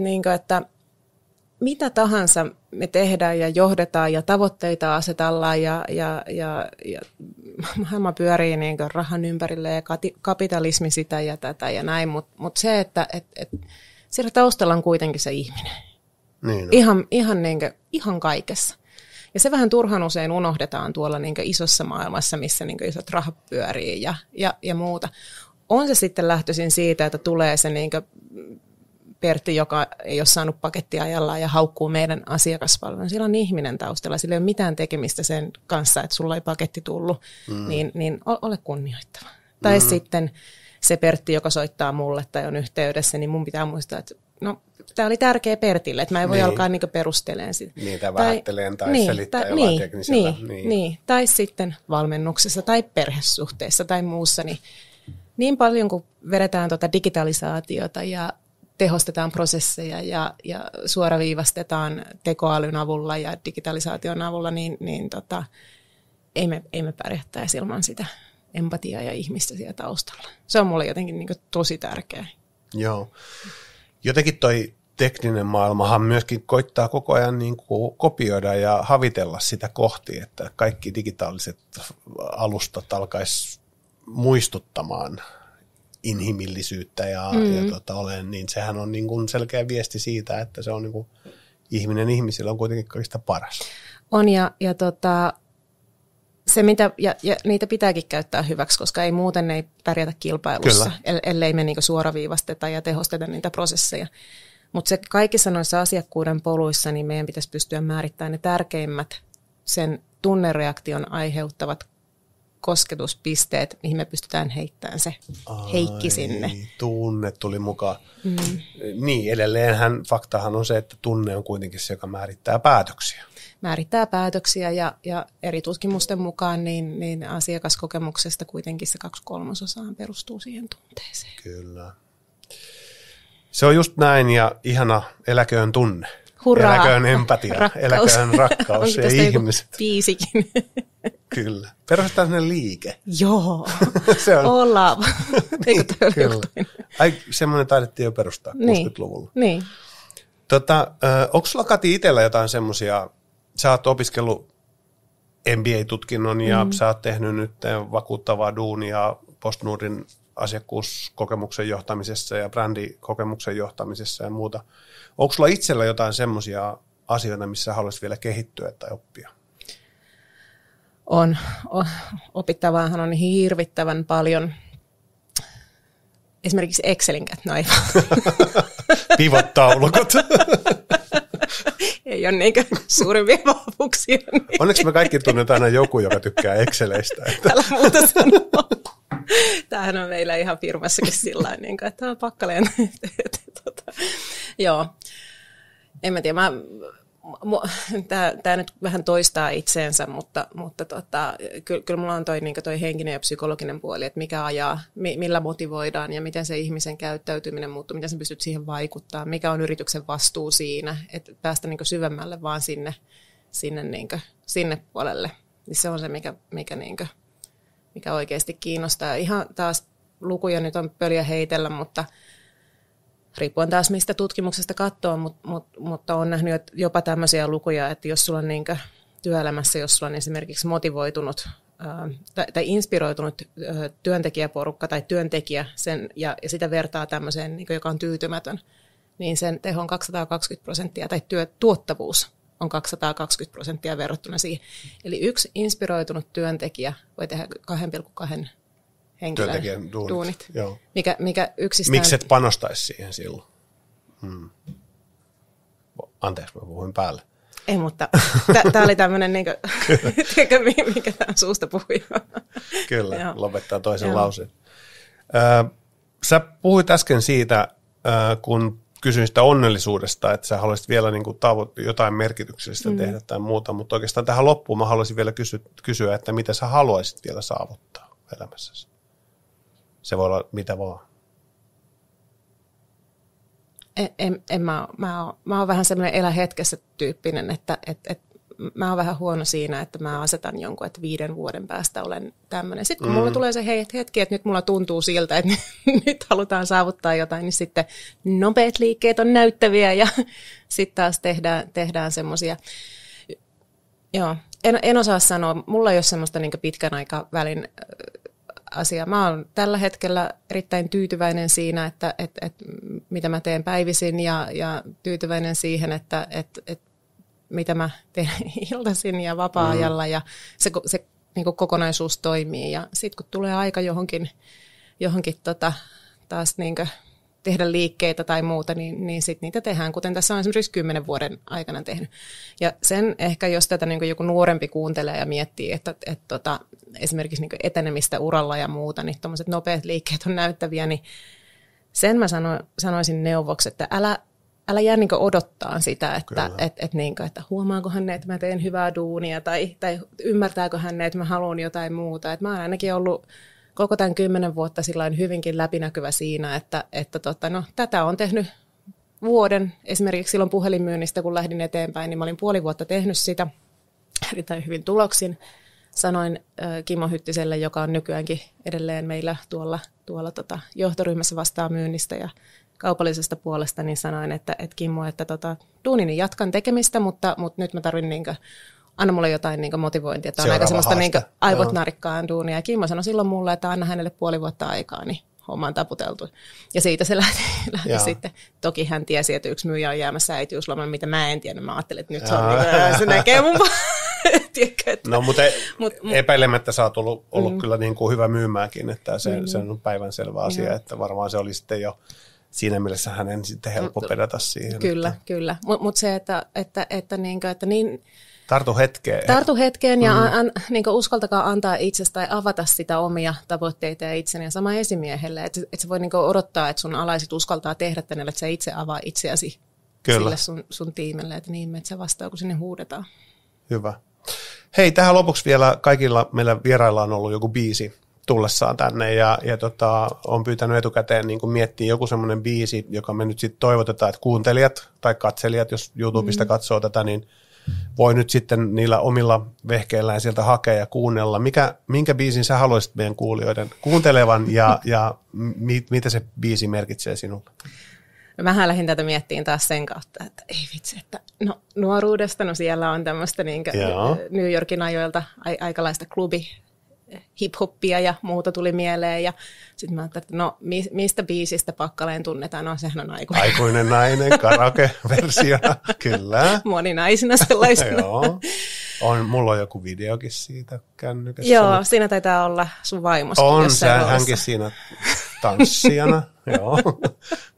mitä tahansa me tehdään ja johdetaan ja tavoitteita asetellaan ja maailma pyörii niin kuin rahan ympärille ja kapitalismi sitä ja tätä ja näin, mutta se, että siellä taustalla on kuitenkin se ihminen. Niin Ihan kaikessa. Ja se vähän turhan usein unohdetaan tuolla niin kuin isossa maailmassa, missä niin kuin isot rahat pyörii ja muuta. On se sitten lähtöisin siitä, että tulee se niin kuin Pertti, joka ei ole saanut pakettia ajallaan ja haukkuu meidän asiakaspalvelun. Sillä on ihminen taustalla, sillä ei ole mitään tekemistä sen kanssa, että sulla ei paketti tullut, niin ole kunnioittava. Tai sitten se Pertti, joka soittaa mulle tai on yhteydessä, niin mun pitää muistaa, että no, tämä oli tärkeä Pertille, että mä en voi alkaa niinku perustelemaan sitä. Niitä vähätteleen tai selittää jollain teknisellä. Niin, tai sitten valmennuksessa tai perhesuhteessa tai muussa, niin paljon kuin vedetään digitalisaatiota ja tehostetaan prosesseja ja suoraviivastetaan tekoälyn avulla ja digitalisaation avulla, niin ei me pärjättäisi ilman sitä empatiaa ja ihmistä siellä taustalla. Se on mulle jotenkin niin kuin tosi tärkeä. Joo. Jotenkin toi tekninen maailmahan myöskin koittaa koko ajan niin kuin kopioida ja havitella sitä kohti, että kaikki digitaaliset alustat alkaisi muistuttamaan inhimillisyyttä ja olen, niin sehän on niin kuin selkeä viesti siitä, että se on niin kuin ihminen ihmisillä on kuitenkin kaikista paras. On ja se mitä, ja niitä pitääkin käyttää hyväksi, koska ei muuten ei pärjätä kilpailussa, ellei me niinku suoraviivasteta ja tehosteta niitä prosesseja. Mutta se kaikissa noissa asiakkuuden poluissa, niin meidän pitäisi pystyä määrittämään ne tärkeimmät sen tunnereaktion aiheuttavat kosketuspisteet, mihin me pystytään heittämään se Heikki sinne. Tunne tuli mukaan. Niin, edelleenhän faktahan on se, että tunne on kuitenkin se, joka määrittää päätöksiä. Määrittää päätöksiä ja eri tutkimusten mukaan niin asiakaskokemuksesta kuitenkin se 2/3 perustuu siihen tunteeseen. Kyllä. Se on just näin ja ihana eläköön tunne. Hurraa. Eläköön empatia, eläköön rakkaus ja ihmiset. Biisikin. Kyllä. Perustetaan sinne liike. Joo, se on. Ollaan. Kyllä. Semmoinen taidettiin jo perustaa 60-luvulla. Niin. Onko sulla Kati itsellä jotain semmoisia, sä oot opiskellut MBA-tutkinnon ja sä oot tehnyt nyt vakuuttavaa duunia PostNordin asiakkuuskokemuksen johtamisessa ja brändikokemuksen johtamisessa ja muuta. Onko sulla itsellä jotain semmoisia asioita, missä haluaisit vielä kehittyä tai oppia? On. Opittavaahan on hirvittävän paljon. Esimerkiksi Excelin, no ei. Pivot-taulukot. ei ole niin suurimpia vahvuuksia. Niin. Onneksi me kaikki tunnetaan aina joku, joka tykkää Exceleistä. Älä muuta sanoa. Tämähän on meillä ihan firmassakin sillä tavalla, niin että on pakkaleen. Joo, en mä tiedä. Tämä nyt vähän toistaa itseensä, mutta kyllä mulla on toi henkinen ja psykologinen puoli, että mikä ajaa, millä motivoidaan ja miten se ihmisen käyttäytyminen muuttuu, miten sä pystyt siihen vaikuttaa, mikä on yrityksen vastuu siinä, että päästä syvemmälle vaan sinne puolelle. Niin se on se, mikä oikeasti kiinnostaa. Ihan taas lukuja nyt on pöliä heitellä, mutta riippuen taas mistä tutkimuksesta katsoo, mutta olen nähnyt jopa tämmöisiä lukuja, että jos sulla on työelämässä, jos sulla on esimerkiksi motivoitunut tai inspiroitunut työntekijäporukka tai työntekijä ja sitä vertaa tämmöiseen, joka on tyytymätön, niin sen teho on 220% tai työtuottavuus on 220% verrattuna siihen. Eli yksi inspiroitunut työntekijä voi tehdä 2,2 henkilön duunit. Mikä yksistään... Miksi et panostaisi siihen silloin? Anteeksi, mä puhuin päälle. Ei, mutta tämä oli tämmöinen, mikä tämä suusta puhui. Kyllä, lopettaa toisen lauseen. Sä puhuit äsken siitä, kun kysyin sitä onnellisuudesta, että sä haluaisit vielä jotain merkityksellistä tehdä tai muuta, mutta oikeastaan tähän loppuun mä haluaisin vielä kysyä, että mitä sä haluaisit vielä saavuttaa elämässäsi? Se voi olla mitä vaan. Mä oon vähän semmoinen elä hetkessä tyyppinen, että mä oon vähän huono siinä, että mä asetan jonkun, että 5 vuoden päästä olen tämmöinen. Sitten kun mulla tulee se hetki, että nyt mulla tuntuu siltä, että nyt halutaan saavuttaa jotain, niin sitten nopeat liikkeet on näyttäviä ja sitten taas tehdään semmoisia. Joo, en osaa sanoa. Mulla ei ole semmoista pitkän aikavälin asia. Mä oon tällä hetkellä erittäin tyytyväinen siinä, että mitä mä teen päivisin ja tyytyväinen siihen, että mitä mä teen iltaisin ja vapaa-ajalla ja se kokonaisuus toimii. Ja sitten kun tulee aika johonkin taas tehdä liikkeitä tai muuta, niin sitten niitä tehdään, kuten tässä on esimerkiksi 10 vuoden aikana tehnyt. Ja sen ehkä, jos tätä joku nuorempi kuuntelee ja miettii, että esimerkiksi etenemistä uralla ja muuta, niin tuommoiset nopeat liikkeet on näyttäviä, niin sen mä sanoisin neuvoksi, että älä jää odottaa sitä, että huomaakohan ne, että mä teen hyvää duunia, tai ymmärtääköhän ne, että mä haluan jotain muuta. Et mä oon ainakin ollut koko tämän 10 vuotta sillain hyvinkin läpinäkyvä siinä, että tätä on tehnyt vuoden. Esimerkiksi silloin puhelinmyynnistä, kun lähdin eteenpäin, niin mä olin 5 vuotta tehnyt sitä erittäin hyvin tuloksin. Sanoin Kimmo Hyttiselle, joka on nykyäänkin edelleen meillä tuolla johtoryhmässä vastaa myynnistä ja kaupallisesta puolesta, niin sanoin, että Kimmo, että duunini jatkan tekemistä, mutta nyt mä tarvin anna mulle jotain motivointia. Tämä on aika semmoista aivot narikkaan duunia. Ja Kimmo sanoi silloin mulle, että anna hänelle 5 vuotta aikaa, niin homma on taputeltu. Ja siitä se lähti sitten. Toki hän tiesi, että yksi myyjä on jäämässä äitiyslomalle, mitä mä en tiedä. Mä ajattelin, että nyt se näkee mun No, mutta epäilemättä sä oot ollut kyllä hyvä myymääkin, että se on päivänselvä asia, että varmaan se oli sitten jo siinä mielessä hänen sitten helppo pedata siihen. Kyllä. Mutta se, että niin Tartu hetkeen ja uskaltakaa antaa itsestä tai avata sitä omia tavoitteita ja itseni ja sama esimiehelle. Että sä voi odottaa, että sun alaiset uskaltaa tehdä tänne, että sä itse avaa itseäsi sille sun tiimelle, että niin että sä vastaa, kun sinne huudetaan. Hyvä. Hei, tähän lopuksi vielä kaikilla meillä vierailla on ollut joku biisi tullessaan tänne ja on pyytänyt etukäteen miettiä joku semmoinen biisi, joka me nyt sitten toivotetaan, että kuuntelijat tai katselijat, jos YouTubesta katsoo tätä, niin voi nyt sitten niillä omilla vehkeillään sieltä hakea ja kuunnella. Minkä biisin sä haluaisit meidän kuulijoiden kuuntelevan ja mitä se biisi merkitsee sinulle? No mähän lähdin tätä miettiin taas sen kautta, että ei vitsi, että nuoruudesta, siellä on tämmöistä New Yorkin ajoilta aikalaista klubi hip-hoppia ja muuta tuli mieleen ja sitten mä ajattelin, että mistä biisistä Pakkaleen tunnetaan, sehän on aikuinen. Aikuinen nainen, karaoke-versiona, kyllä. Moninaisina sellaisena. Joo, mulla on joku videokin siitä kännykässä. Joo, siinä taitaa olla sun vaimoskin. On, hänkin siinä tanssijana, joo.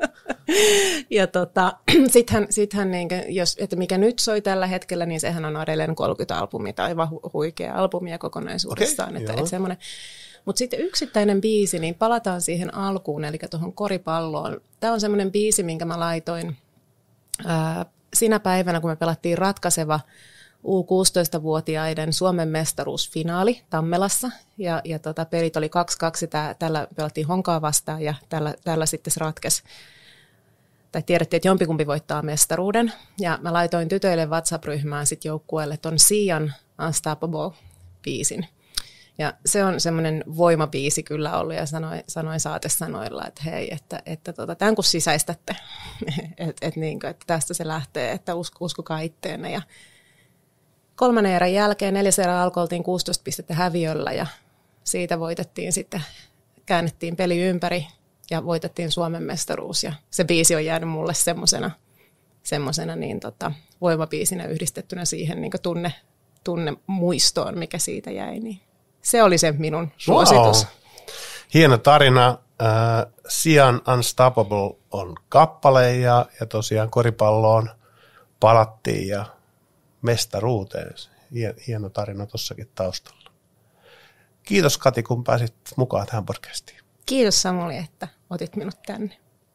Ja sittenhän niin, että mikä nyt soi tällä hetkellä, niin sehän on edelleen 30-albumi tai aivan huikea albumia kokonaisuudessaan. Okay, että semmoinen. Mutta sitten yksittäinen biisi, niin palataan siihen alkuun, eli tuohon koripalloon. Tämä on semmoinen biisi, minkä mä laitoin sinä päivänä, kun me pelattiin ratkaiseva U16-vuotiaiden Suomen mestaruusfinaali Tammelassa. Ja pelit oli 2-2, tällä pelattiin Honkaa vastaan ja tällä sitten se ratkesi. Tai tiedettiin, että jompikumpi voittaa mestaruuden. Ja mä laitoin tytöille WhatsApp-ryhmään sitten joukkueelle ton Sian Unstoppable-biisin. Ja se on semmoinen voimabiisi kyllä ollut ja sanoin saatesanoilla, että hei, että tämän kun sisäistätte, että tästä se lähtee, että uskokaa itteenne. Ja 3. erän jälkeen 4. erän alkoi oltiin 16 pistettä häviöllä ja siitä voitettiin sitten, käännettiin peli ympäri ja voitettiin Suomen mestaruus. Ja se biisi on jäänyt mulle semmoisena niin voimabiisinä yhdistettynä siihen niin tunnemuistoon, mikä siitä jäi. Niin. Se oli se minun suositus. Wow. Hieno tarina. Sian Unstoppable on kappale ja tosiaan koripalloon palattiin ja mestaruuteen. Hieno tarina tuossakin taustalla. Kiitos Kati, kun pääsit mukaan tähän podcastiin. Kiitos Samuli, että otit minut tänne.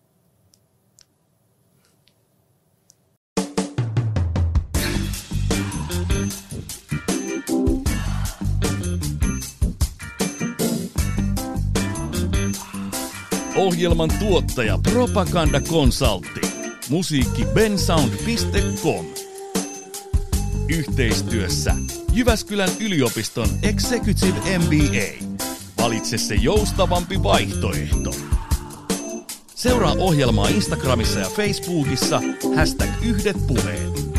Ohjelman tuottaja Propaganda Consulting. Musiikki bensound.com. Yhteistyössä Jyväskylän yliopiston Executive MBA. Valitse se joustavampi vaihtoehto. Seuraa ohjelmaa Instagramissa ja Facebookissa #yhdetpuheet.